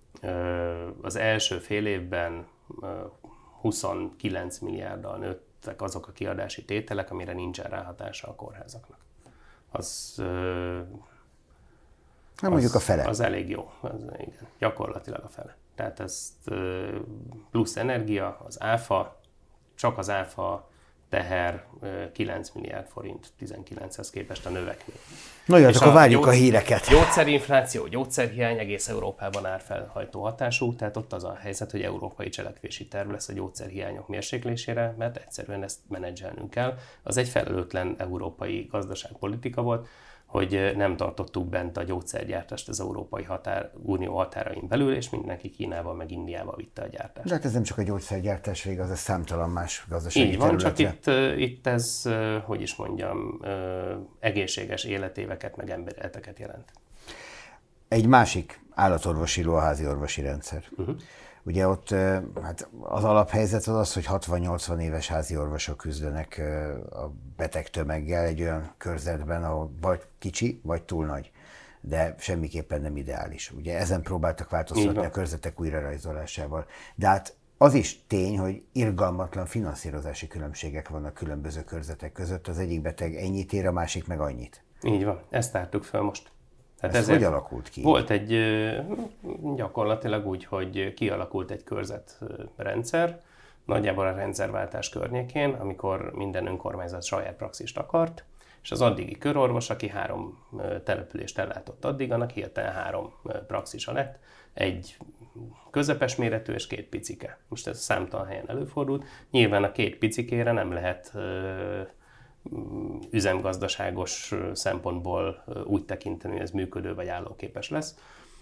az első fél évben 29 milliárddal nőttek azok a kiadási tételek, amire nincsen ráhatása a kórházaknak. Mondjuk a fele. Az elég jó, igen, gyakorlatilag a fele. Tehát ezt plusz energia, az áfa, csak az áfa teher 9 milliárd forint 19-hez képest a növekmény. Na jó, akkor várjuk a híreket. Gyógyszerinfláció, gyógyszerhiány egész Európában árfelhajtó hatású, tehát ott az a helyzet, hogy európai cselekvési terv lesz a gyógyszerhiányok mérséklésére, mert egyszerűen ezt menedzselnünk kell. Az egy felelőtlen európai gazdaságpolitika volt, hogy nem tartottuk bent a gyógyszergyártást az Európai Unió határain belül, és mindenki Kínába meg Indiába vitte a gyártást. De hát ez nem csak a gyógyszergyártásra igaz, ez számtalan más gazdasági így van, területre. csak itt ez, hogy is mondjam, egészséges életéveket meg emberéleteket jelent. Egy másik állatorvosi, lovaházi orvosi rendszer. Ugye ott hát az alaphelyzet az, hogy 60-80 éves házi orvosok küzdenek a beteg tömeggel egy olyan körzetben, ahol vagy kicsi, vagy túl nagy, de semmiképpen nem ideális. Ugye ezen próbáltak változtatni a körzetek újrarajzolásával. De hát az is tény, hogy irgalmatlan finanszírozási különbségek vannak különböző körzetek között. Az egyik beteg ennyit ér, a másik meg annyit. Így van, ezt tártuk fel most. Ez hogy alakult ki? Volt egy gyakorlatilag úgy, hogy kialakult egy körzetrendszer, nagyjából a rendszerváltás környékén, amikor minden önkormányzat saját praxist akart, és az addigi körorvos, aki 3 települést ellátott addig, annak hirtelen 3 praxisa lett, egy közepes méretű és 2 picike. Most ez számtalan helyen előfordult. Nyilván a 2 picikére nem lehet üzemgazdaságos szempontból úgy tekinteni, hogy ez működő vagy állóképes lesz.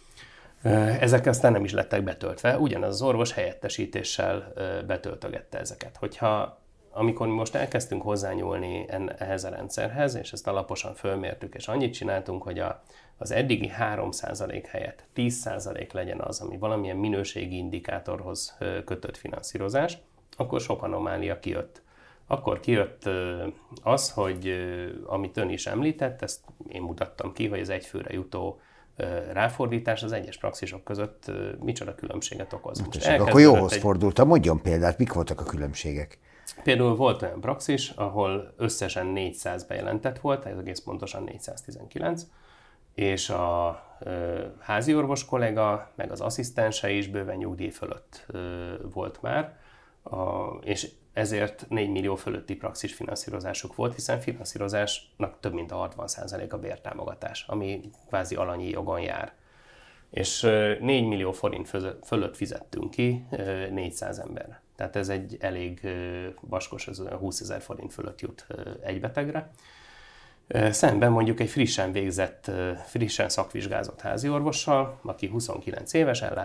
Ezek aztán nem is lettek betöltve, ugyanaz az orvos helyettesítéssel betöltögette ezeket. Amikor mi most elkezdtünk hozzányúlni ehhez a rendszerhez, és ezt alaposan fölmértük, és annyit csináltunk, hogy az eddigi 3% helyett 10% legyen az, ami valamilyen minőségi indikátorhoz kötött finanszírozás, akkor sok anomália kijött. Akkor kijött az, hogy amit ön is említett, ezt én mutattam ki, hogy az egyfőre jutó ráfordítás az egyes praxisok között micsoda különbséget okoz. Most akkor jóhoz fordultam, mondjon példát, mik voltak a különbségek? Például volt olyan praxis, ahol összesen 400 bejelentett volt, ez egész pontosan 419, és a házi orvos kollega, meg az asszisztense is bőven nyugdíj fölött volt már, és ezért 4 millió fölötti praxis finanszírozásuk volt, hiszen finanszírozásnak több mint a 60% a bértámogatás, ami kvázi alanyi jogon jár. És 4 millió forint fölött fizettünk ki 400 emberre. Tehát ez egy elég vaskos, ez 20 000 forint fölött jut egy betegre. Szemben mondjuk egy frissen szakvizsgázott háziorvossal, aki 29 éves, ellát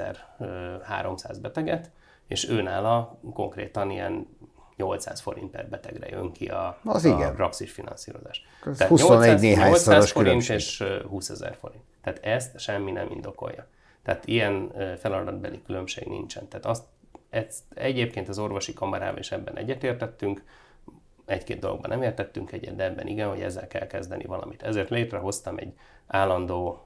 2300 beteget, és őnála konkrétan ilyen 800 forint per betegre jön ki a praxis finanszírozás. Tehát 21 néhányszoros forint és 20 000 forint. Tehát ezt semmi nem indokolja. Tehát ilyen feladatbeli különbség nincsen. Tehát ezt egyébként az orvosi kamarával is ebben egyetértettünk, egy-két dologban nem értettünk egyet, de ebben igen, hogy ezzel kell kezdeni valamit. Ezért létrehoztam egy állandó,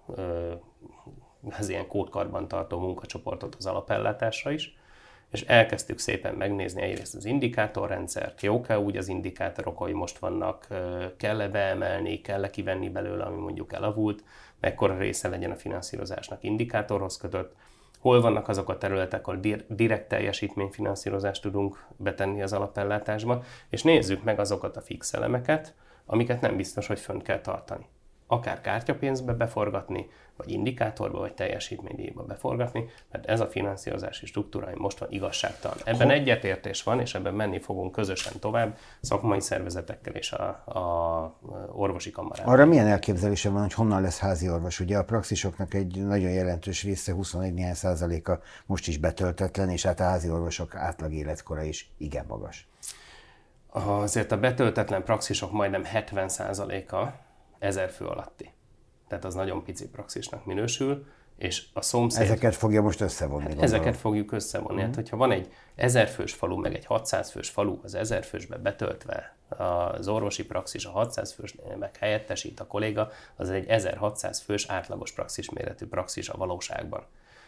az ilyen kódkarban tartó munkacsoportot az alapellátásra is, és elkezdtük szépen megnézni egyrészt az indikátorrendszert, jók-e úgy az indikátorok, ahogy most vannak, kell-e beemelni, kell-e kivenni belőle, ami mondjuk elavult, mekkora része legyen a finanszírozásnak indikátorhoz kötött, hol vannak azok a területek, ahol direkt teljesítményfinanszírozást tudunk betenni az alapellátásba, és nézzük meg azokat a fix elemeket, amiket nem biztos, hogy fönn kell tartani. Akár kártyapénzbe beforgatni, vagy indikátorba, vagy teljesítménydíjba beforgatni, mert ez a finanszírozási struktúra, ami most van, igazságtalan. Ebben egyetértés van, és ebben menni fogunk közösen tovább, szakmai szervezetekkel és a orvosi kamarával. Arra milyen elképzelése van, hogy honnan lesz házi orvos? Ugye a praxisoknak egy nagyon jelentős része, 21% most is betöltetlen, és hát a házi orvosok átlag életkora is igen magas. Azért a betöltetlen praxisok majdnem 70%-a 1000 fő alatti. Tehát az nagyon pici praxisnak minősül, és a szomszéd... Ezeket fogja most összevonni. Ezeket fogjuk összevonni. Hát, hogyha van egy 1000 fős falu, meg egy 600 fős falu, az 1000 fősbe betöltve az orvosi praxis, a 600 fős meg helyettesít a kolléga, az egy 1600 fős átlagos praxis méretű praxis a valóságban.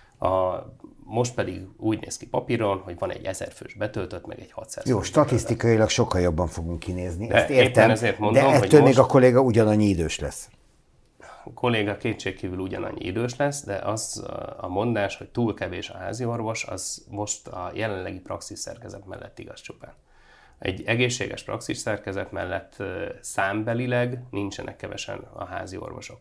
Most pedig úgy néz ki papíron, hogy van egy 1000 fős betöltött, meg egy 600 fős. Jó, statisztikailag sokkal jobban fogunk kinézni, de ezt értem, mondom, de ettől még a kolléga ugyanannyi idős lesz. A kolléga kétségkívül ugyanannyi idős lesz, de az a mondás, hogy túl kevés a házi orvos, az most a jelenlegi praxis szerkezet mellett igaz csupán. Egy egészséges praxis szerkezet mellett számbelileg nincsenek kevesen a házi orvosok.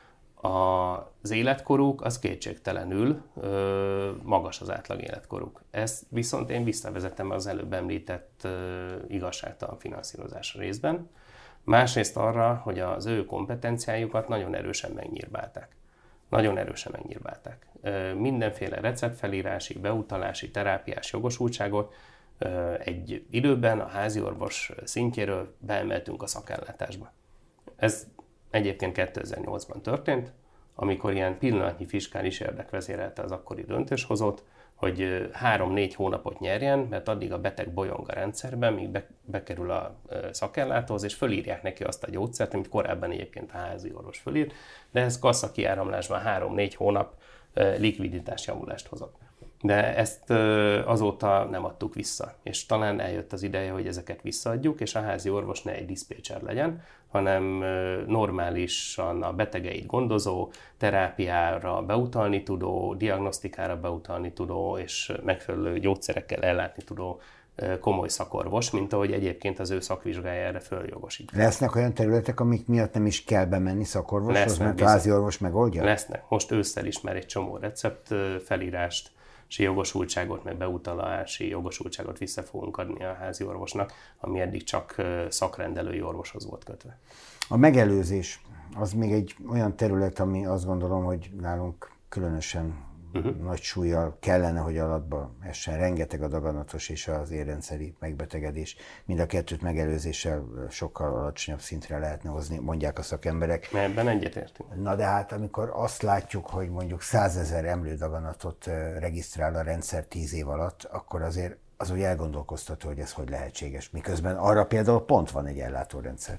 Az életkoruk az kétségtelenül magas az átlag életkoruk. Ezt viszont én visszavezetem az előbb említett igazságtalan finanszírozásra részben. Másrészt arra, hogy az ő kompetenciájukat nagyon erősen megnyírbálták. Nagyon erősen megnyírbálták. Mindenféle receptfelírási, beutalási, terápiás jogosultságot egy időben a háziorvos szintjéről beemeltünk a szakellátásba. Ez egyébként 2008-ban történt, amikor ilyen pillanatnyi fiskális érdek vezérelte az akkori döntéshozót, hogy 3-4 hónapot nyerjen, mert addig a beteg bolyong a rendszerben, míg bekerül a szakellátóhoz, és fölírják neki azt a gyógyszert, amit korábban egyébként a házi orvos fölír, de ez kassa kiáramlásban 3-4 hónap likviditás javulást hozott. De ezt azóta nem adtuk vissza, és talán eljött az ideje, hogy ezeket visszaadjuk, és a házi orvos ne egy diszpécser legyen, hanem normálisan a betegeit gondozó, terápiára beutalni tudó, diagnosztikára beutalni tudó, és megfelelő gyógyszerekkel ellátni tudó komoly szakorvos, mint ahogy egyébként az ő szakvizsgája erre följogosítja. Lesznek olyan területek, amik miatt nem is kell bemenni szakorvoshoz, mert a házi orvos megoldja? Lesznek. Most ősszel is már egy csomó recept felírást, jogosultságot, meg beutalási jogosultságot vissza fogunk adni a házi orvosnak, ami eddig csak szakrendelői orvoshoz volt kötve. A megelőzés az még egy olyan terület, ami azt gondolom, hogy nálunk különösen nagy súllyal kellene, hogy alatba essen. Rengeteg a daganatos és az érrendszeri megbetegedés. Mind a kettőt megelőzéssel sokkal alacsonyabb szintre lehetne hozni, mondják a szakemberek. Ebben egyetértünk. Na de hát, amikor azt látjuk, hogy mondjuk 100 000 emlődaganatot regisztrál a rendszer 10 év alatt, akkor azért az úgy elgondolkoztató, hogy ez hogy lehetséges. Miközben arra például pont van egy ellátórendszer.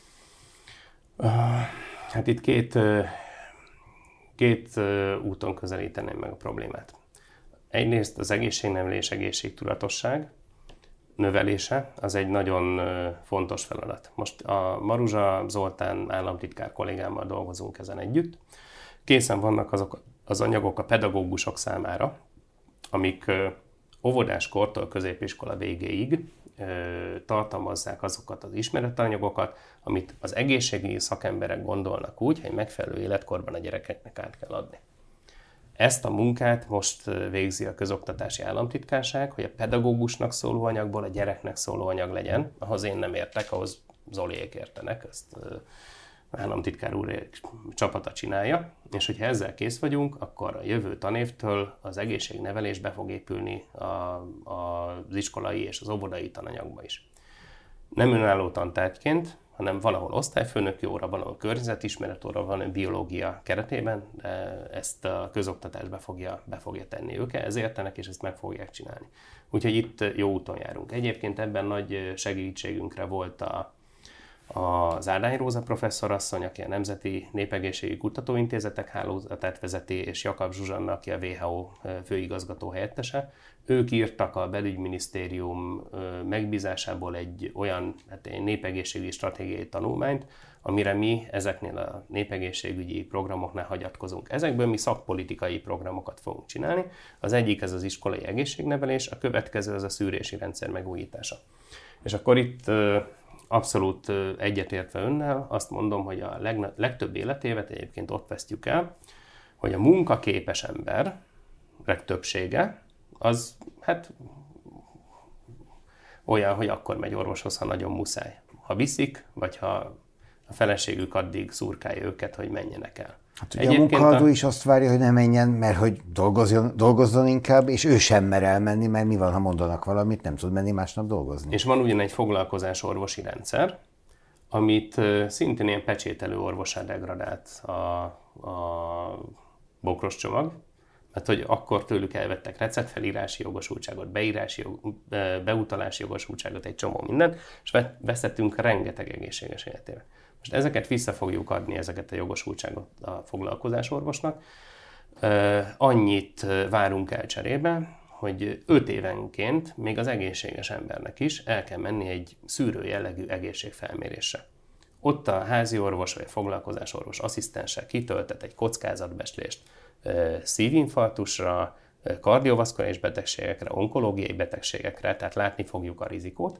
Hát itt két úton közelíteném meg a problémát. Egyrészt az egészségnevelés, egészségtudatosság növelése, az egy nagyon fontos feladat. Most a Maruzsa Zoltán államtitkár kollégámmal dolgozunk ezen együtt. Készen vannak azok az anyagok a pedagógusok számára, amik óvodáskortól középiskola végéig tartalmazzák azokat az ismeretanyagokat, amit az egészségügyi szakemberek gondolnak úgy, hogy megfelelő életkorban a gyerekeknek át kell adni. Ezt a munkát most végzi a közoktatási államtitkárság, hogy a pedagógusnak szóló anyagból a gyereknek szóló anyag legyen. Ahhoz én nem értek, ahhoz Zoliék értenek, ezt államtitkár úr csapata csinálja, és hogyha ezzel kész vagyunk, akkor a jövő tanévtől az egészségnevelés be fog épülni az iskolai és az óvodai tananyagba is. Nem önálló tantárgyként, hanem valahol osztályfőnöki óra, valahol környezetismeret óra, valahol biológia keretében, de ezt a közoktatás be fogja tenni. Ők ehhez értenek, és ezt meg fogják csinálni. Úgyhogy itt jó úton járunk. Egyébként ebben nagy segítségünkre volt az Árdány Róza professzorasszony, aki a Nemzeti Népegészségügyi Kutatóintézetek hálózatát vezeti, és Jakab Zsuzsanna, aki a WHO főigazgató helyettese. Ők írtak a belügyminisztérium megbízásából egy olyan népegészségügyi stratégiai tanulmányt, amire mi ezeknél a népegészségügyi programoknál hagyatkozunk. Ezekből mi szakpolitikai programokat fogunk csinálni. Az egyik ez az iskolai egészségnevelés, a következő az a szűrési rendszer megújítása. És akkor itt abszolút egyetértve önnel, azt mondom, hogy a legtöbb életévet egyébként ott vesztjük el, hogy a munkaképes emberek többsége az hát olyan, hogy akkor megy orvoshoz, ha nagyon muszáj. Ha viszik, vagy ha a feleségük addig szurkálja őket, hogy menjenek el. Hát ugye a munkaadó is azt várja, hogy ne menjen, mert hogy dolgozzon inkább, és ő sem mer elmenni, mert mi van, ha mondanak valamit, nem tud menni másnap dolgozni. És van ugyan egy foglalkozás orvosi rendszer, amit szintén ilyen pecsételő orvosá degradált a bokros csomag, mert hogy akkor tőlük elvettek receptfelírási jogosultságot, beutalási jogosultságot, egy csomó mindent, és veszettünk rengeteg egészséges életével. Most ezeket vissza fogjuk adni, ezeket a jogosultságot a foglalkozásorvosnak. Annyit várunk el cserébe, hogy 5 évenként még az egészséges embernek is el kell menni egy szűrő jellegű egészségfelmérésre. Ott a házi orvos vagy a foglalkozásorvos asszisztense kitöltet egy kockázatbecslést szívinfarktusra, kardiovaszkuláris betegségekre, onkológiai betegségekre, tehát látni fogjuk a rizikót,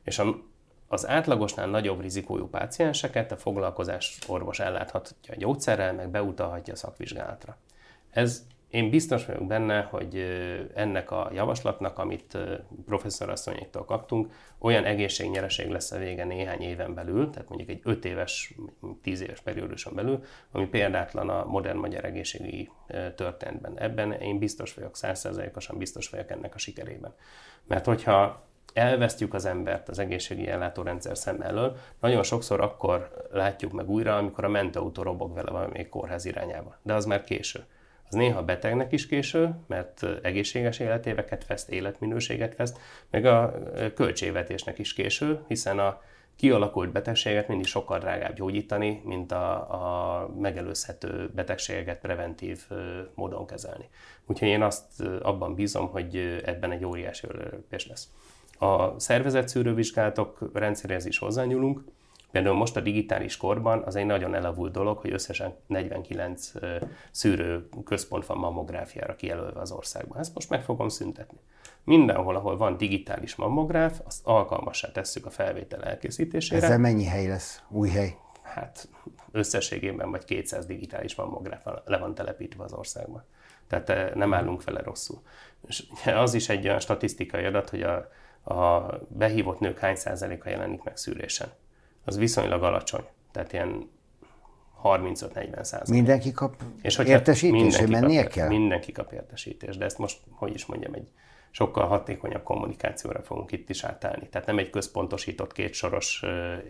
És az átlagosnál nagyobb rizikójú pácienseket a foglalkozás orvos elláthatja gyógyszerrel, meg beutalhatja szakvizsgálatra. Én biztos vagyok benne, hogy ennek a javaslatnak, amit professzorasszonyoktól kaptunk, olyan egészségnyereség lesz a vége néhány éven belül, tehát mondjuk egy 5 éves, 10 éves perióduson belül, ami példátlan a modern magyar egészségügyi történetben. Ebben én biztos vagyok, 100%-osan biztos vagyok ennek a sikerében. Mert hogyha elvesztjük az embert az egészségügyi ellátórendszer szem elől, nagyon sokszor akkor látjuk meg újra, amikor a mentőautó robog vele valamelyik kórház irányába. De az már késő. Az néha a betegnek is késő, mert egészséges életéveket veszt, életminőséget veszt, meg a költségvetésnek is késő, hiszen a kialakult betegséget mindig sokkal drágább gyógyítani, mint a megelőzhető betegségeket preventív módon kezelni. Úgyhogy én abban bízom, hogy ebben egy óriási előrelépés lesz. A szervezett szűrővizsgálatok rendszeréhez is hozzányúlunk. Például most a digitális korban az egy nagyon elavult dolog, hogy összesen 49 szűrő központ van mammográfiára kijelölve az országban. Ezt most meg fogom szüntetni. Mindenhol, ahol van digitális mammográf, azt alkalmassá tesszük a felvétel elkészítésére. Ezzel mennyi hely lesz? Új hely? Hát összességében vagy 200 digitális mammográf le van telepítve az országban. Tehát nem állunk vele rosszul. És az is egy olyan statisztikai adat, hogy a behívott nők hány százaléka jelenik meg szűrésen. Az viszonylag alacsony, tehát ilyen 35-40%. Mindenki kap értesítést, hogy mennie kell? Mindenki kap értesítést, de ezt most, hogy is mondjam, egy sokkal hatékonyabb kommunikációra fogunk itt is átállni. Tehát nem egy központosított kétsoros,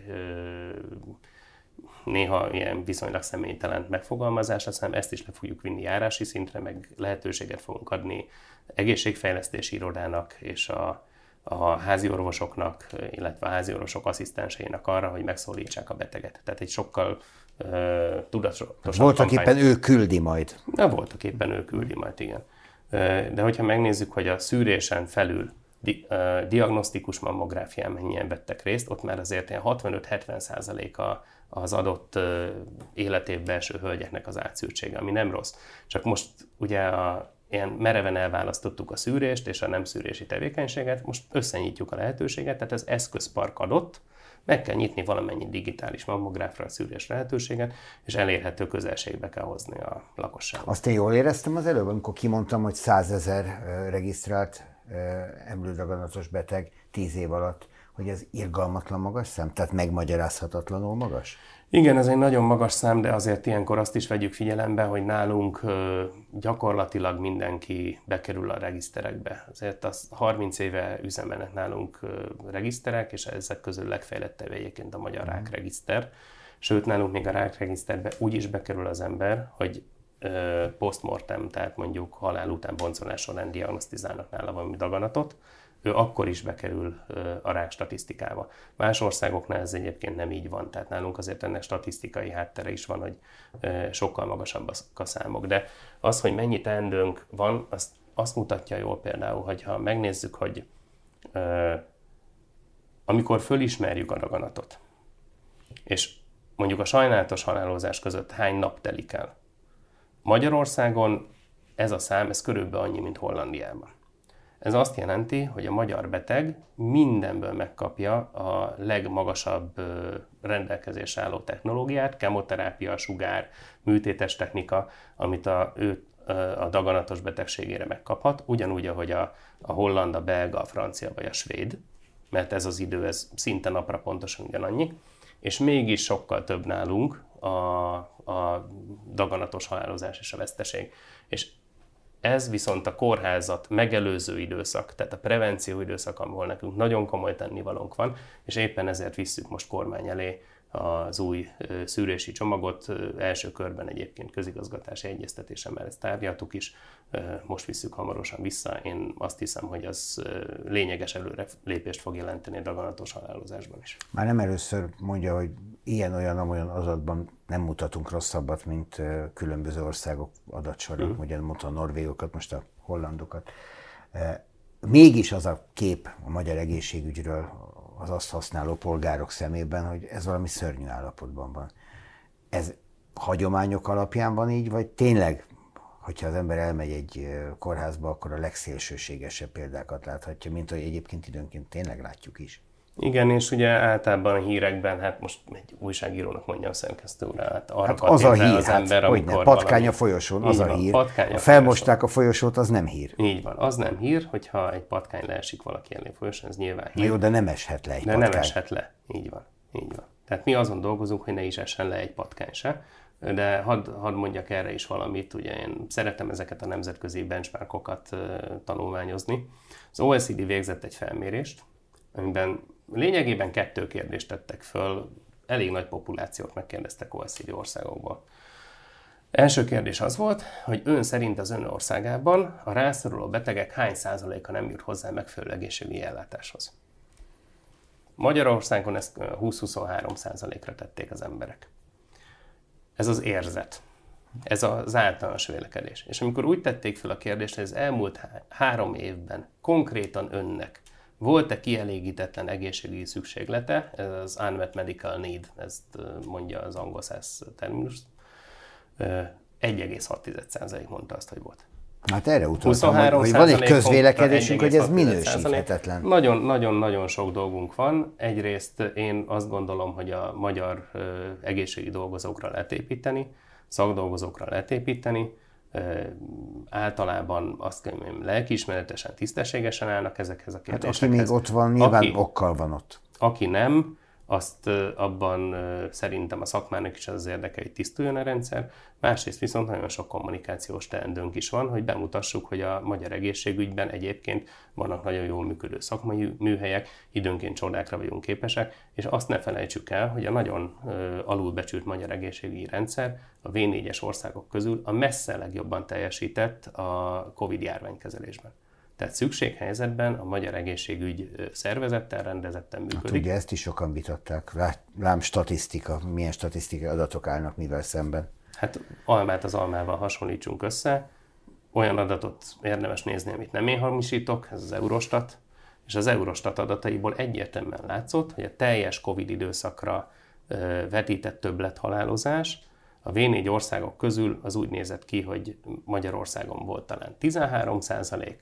néha ilyen viszonylag személytelen megfogalmazás, hanem ezt is le fogjuk vinni járási szintre, meg lehetőséget fogunk adni egészségfejlesztési irodának és a házi orvosoknak, illetve a házi orvosok asszisztenseinek arra, hogy megszólítsák a beteget. Tehát egy sokkal tudatosabb Voltak éppen ő küldi majd. Voltak éppen ő küldi majd, igen. De hogyha megnézzük, hogy a szűrésen felül diagnosztikus mammográfián mennyien vettek részt, ott már azért ilyen 65-70% az adott életévbe eső hölgyeknek az átszűrtsége, ami nem rossz. Csak most ugye ilyen mereven elválasztottuk a szűrést és a nem szűrési tevékenységet, most összenyitjuk a lehetőséget, tehát ez eszközpark adott, meg kell nyitni valamennyi digitális mammográfra a szűrés lehetőséget, és elérhető közelségbe kell hozni a lakosságot. Azt én jól éreztem az előbb, amikor kimondtam, hogy 100 000 regisztrált emlődaganatos beteg 10 év alatt, hogy ez irgalmatlan magas szám, tehát megmagyarázhatatlanul magas? Igen, ez egy nagyon magas szám, de azért ilyenkor azt is vegyük figyelembe, hogy nálunk gyakorlatilag mindenki bekerül a regiszterekbe. Azért az 30 éve üzemelnek nálunk regiszterek, és ezek közül legfejlettebb egyébként a Magyar Rákregiszter. Sőt, nálunk még a rákregiszterbe úgy is bekerül az ember, hogy postmortem, tehát mondjuk halál után boncolás során diagnosztizálnak nála valami daganatot, ő akkor is bekerül a rák statisztikába. Más országoknál ez egyébként nem így van, tehát nálunk azért ennek statisztikai háttere is van, hogy sokkal magasabbak a számok. De az, hogy mennyi teendőnk van, azt mutatja jól például, hogyha megnézzük, hogy amikor fölismerjük a daganatot, és mondjuk a sajnálatos halálozás között hány nap telik el. Magyarországon ez a szám, ez körülbelül annyi, mint Hollandiában. Ez azt jelenti, hogy a magyar beteg mindenből megkapja a legmagasabb rendelkezésre álló technológiát, kemoterápia, sugár, műtétes technika, amit a daganatos betegségére megkaphat, ugyanúgy, ahogy a holland, a belga, a francia vagy a svéd, mert ez az idő, ez szinte napra pontosan ugyanannyi, és mégis sokkal több nálunk a daganatos halálozás és a veszteség. És ez viszont a kórházat megelőző időszak, tehát a prevenció időszak, ahol nekünk nagyon komoly tennivalónk van, és éppen ezért visszük most kormány elé az új szűrési csomagot. Első körben egyébként közigazgatási egyeztetésen ezt tárgyaltuk is, most visszük hamarosan vissza. Én azt hiszem, hogy az lényeges előrelépést fog jelenteni a daganatos halálozásban is. Már nem először mondja, hogy ilyen-olyan adatban nem mutatunk rosszabbat, mint különböző országok adatsorok, ugye mondta a norvégokat, most a hollandokat. Mégis az a kép a magyar egészségügyről az azt használó polgárok szemében, hogy ez valami szörnyű állapotban van. Ez hagyományok alapján van így, vagy tényleg, hogyha az ember elmegy egy kórházba, akkor a legszélsőségesebb példákat láthatja, mint hogy egyébként időnként tényleg látjuk is? Igen, és ugye általában a hírekben, hát most egy újságírónak mondjam szerkesztő úr, hát arra hát az a hír, az ember, amikor patkány a folyosón, az a hír. Ha felmosták a folyosót, az nem hír. Így van, az nem hír, hogyha egy patkány leesik valaki ellé folyosón, ez nyilván hír. Na jó, de nem eshet le egy patkány. De nem eshet le, így van. Tehát mi azon dolgozunk, hogy ne is essen le egy patkány se, de hadd mondjak erre is valamit, ugye én szeretem ezeket a nemzetközi benchmarkokat tanulmányozni. Az OECD végzett egy felmérést, amiben lényegében 2 kérdést tettek föl, elég nagy populációt megkérdeztek OECD országokból. Első kérdés az volt, hogy ön szerint az ön országában a rászoruló betegek hány százaléka nem jut hozzá megfelelő egészségügyi ellátáshoz. Magyarországon ezt 20-23%-ra tették az emberek. Ez az érzet. Ez az általános vélekedés. És amikor úgy tették fel a kérdést, hogy az elmúlt 3 évben konkrétan önnek volt-e kielégítetlen egészségügyi szükséglete, ez az unmet medical need, ezt mondja az angol száz terminus, 1,6% mondta azt, hogy volt. Hát erre utaltam, hogy van egy közvélekedésünk, hogy ez minősíthetetlen. Nagyon sok dolgunk van. Egyrészt én azt gondolom, hogy a magyar egészségügyi dolgozókra lehet építeni, szakdolgozókra lehet építeni, általában azt kell, hogy lelkiismeretesen, tisztességesen állnak ezekhez a kérdésekhez. Hát aki még ott van, nyilván okkal van ott. Aki nem, azt abban szerintem a szakmának is az érdeke, hogy tisztuljon a rendszer. Másrészt viszont nagyon sok kommunikációs teendőnk is van, hogy bemutassuk, hogy a magyar egészségügyben egyébként vannak nagyon jól működő szakmai műhelyek, időnként csodákra vagyunk képesek, és azt ne felejtsük el, hogy a nagyon alulbecsült magyar egészségügyi rendszer a V4-es országok közül a messze legjobban teljesített a Covid járványkezelésben. Tehát szükséghelyzetben a magyar egészségügy szervezetten, rendezetten működik. Hát ugye ezt is sokan vitatták. Rám statisztika, milyen statisztikai adatok állnak mivel szemben? Hát almát az almával hasonlítsunk össze. Olyan adatot érdemes nézni, amit nem én hamisítok, ez az Eurostat. És az Eurostat adataiból egyértelműen látszott, hogy a teljes Covid időszakra vetített többlethalálozás a V4 országok közül az úgy nézett ki, hogy Magyarországon volt talán 13%,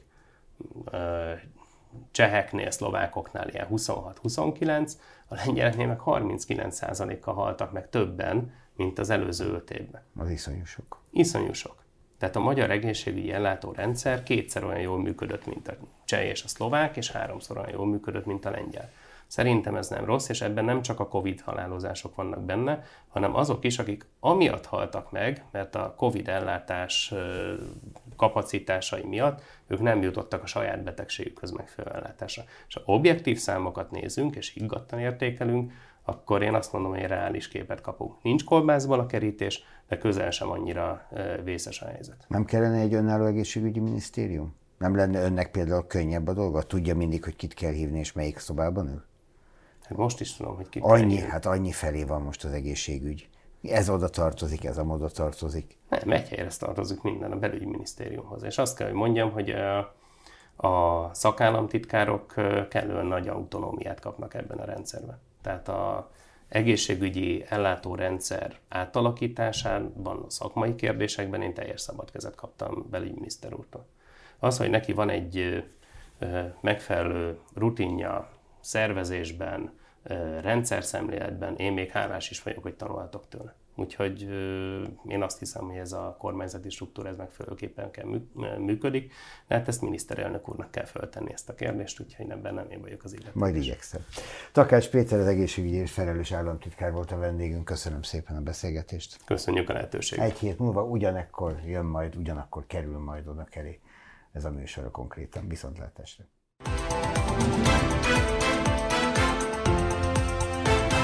cseheknél, szlovákoknál ilyen 26-29, a lengyeleknél meg 39%-kal haltak meg többen, mint az előző 5 évben. Az iszonyú sok. Iszonyú sok. Tehát a magyar egészségügyi ellátórendszer 2-szer olyan jól működött, mint a cseh és a szlovák, és 3-szor olyan jól működött, mint a lengyel. Szerintem ez nem rossz, és ebben nem csak a Covid halálozások vannak benne, hanem azok is, akik amiatt haltak meg, mert a Covid ellátás kapacitásai miatt ők nem jutottak a saját betegségükhöz megfelelő ellátásra. És ha objektív számokat nézünk, és higgadtan értékelünk, akkor én azt mondom, hogy egy reális képet kapunk. Nincs kolbászból a kerítés, de közel sem annyira vészes a helyzet. Nem kellene egy önálló egészségügyi minisztérium? Nem lenne önnek például könnyebb a dolga? Tudja mindig, hogy kit kell hívni, és melyik szobában ül? Hát most is tudom, hogy kit kell hívni. Hát annyi felé van most az egészségügy. Ez oda tartozik, ez oda tartozik. Nem, egy helyre tartozik minden, a belügyminisztériumhoz. És azt kell, hogy mondjam, hogy a szakállamtitkárok kellően nagy autonómiát kapnak ebben a rendszerben. Tehát az egészségügyi ellátórendszer átalakításában, a szakmai kérdésekben én teljes szabad kezet kaptam belügyminiszter úrtól. Az, hogy neki van egy megfelelő rutinja szervezésben, rendszerszemléletben, én még hálás is vagyok, hogy tanulhatok tőle. Úgyhogy én azt hiszem, hogy ez a kormányzati struktúra ez megfelelőképpen működik, de hát ezt miniszterelnök úrnak kell föltenni ezt a kérdést, úgyhogy ebben nem én vagyok az illetékes. Majd igyekszem. Takács Péter, az egészségügyért felelős államtitkár volt a vendégünk. Köszönöm szépen a beszélgetést. Köszönjük a lehetőséget. Egy hét múlva ugyanekkor jön majd, ugyanakkor kerül majd oda keré ez a műsor konkrétan. Viszontlátásra.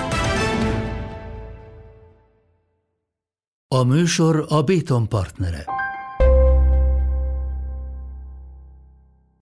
A műsor a Béton partnere.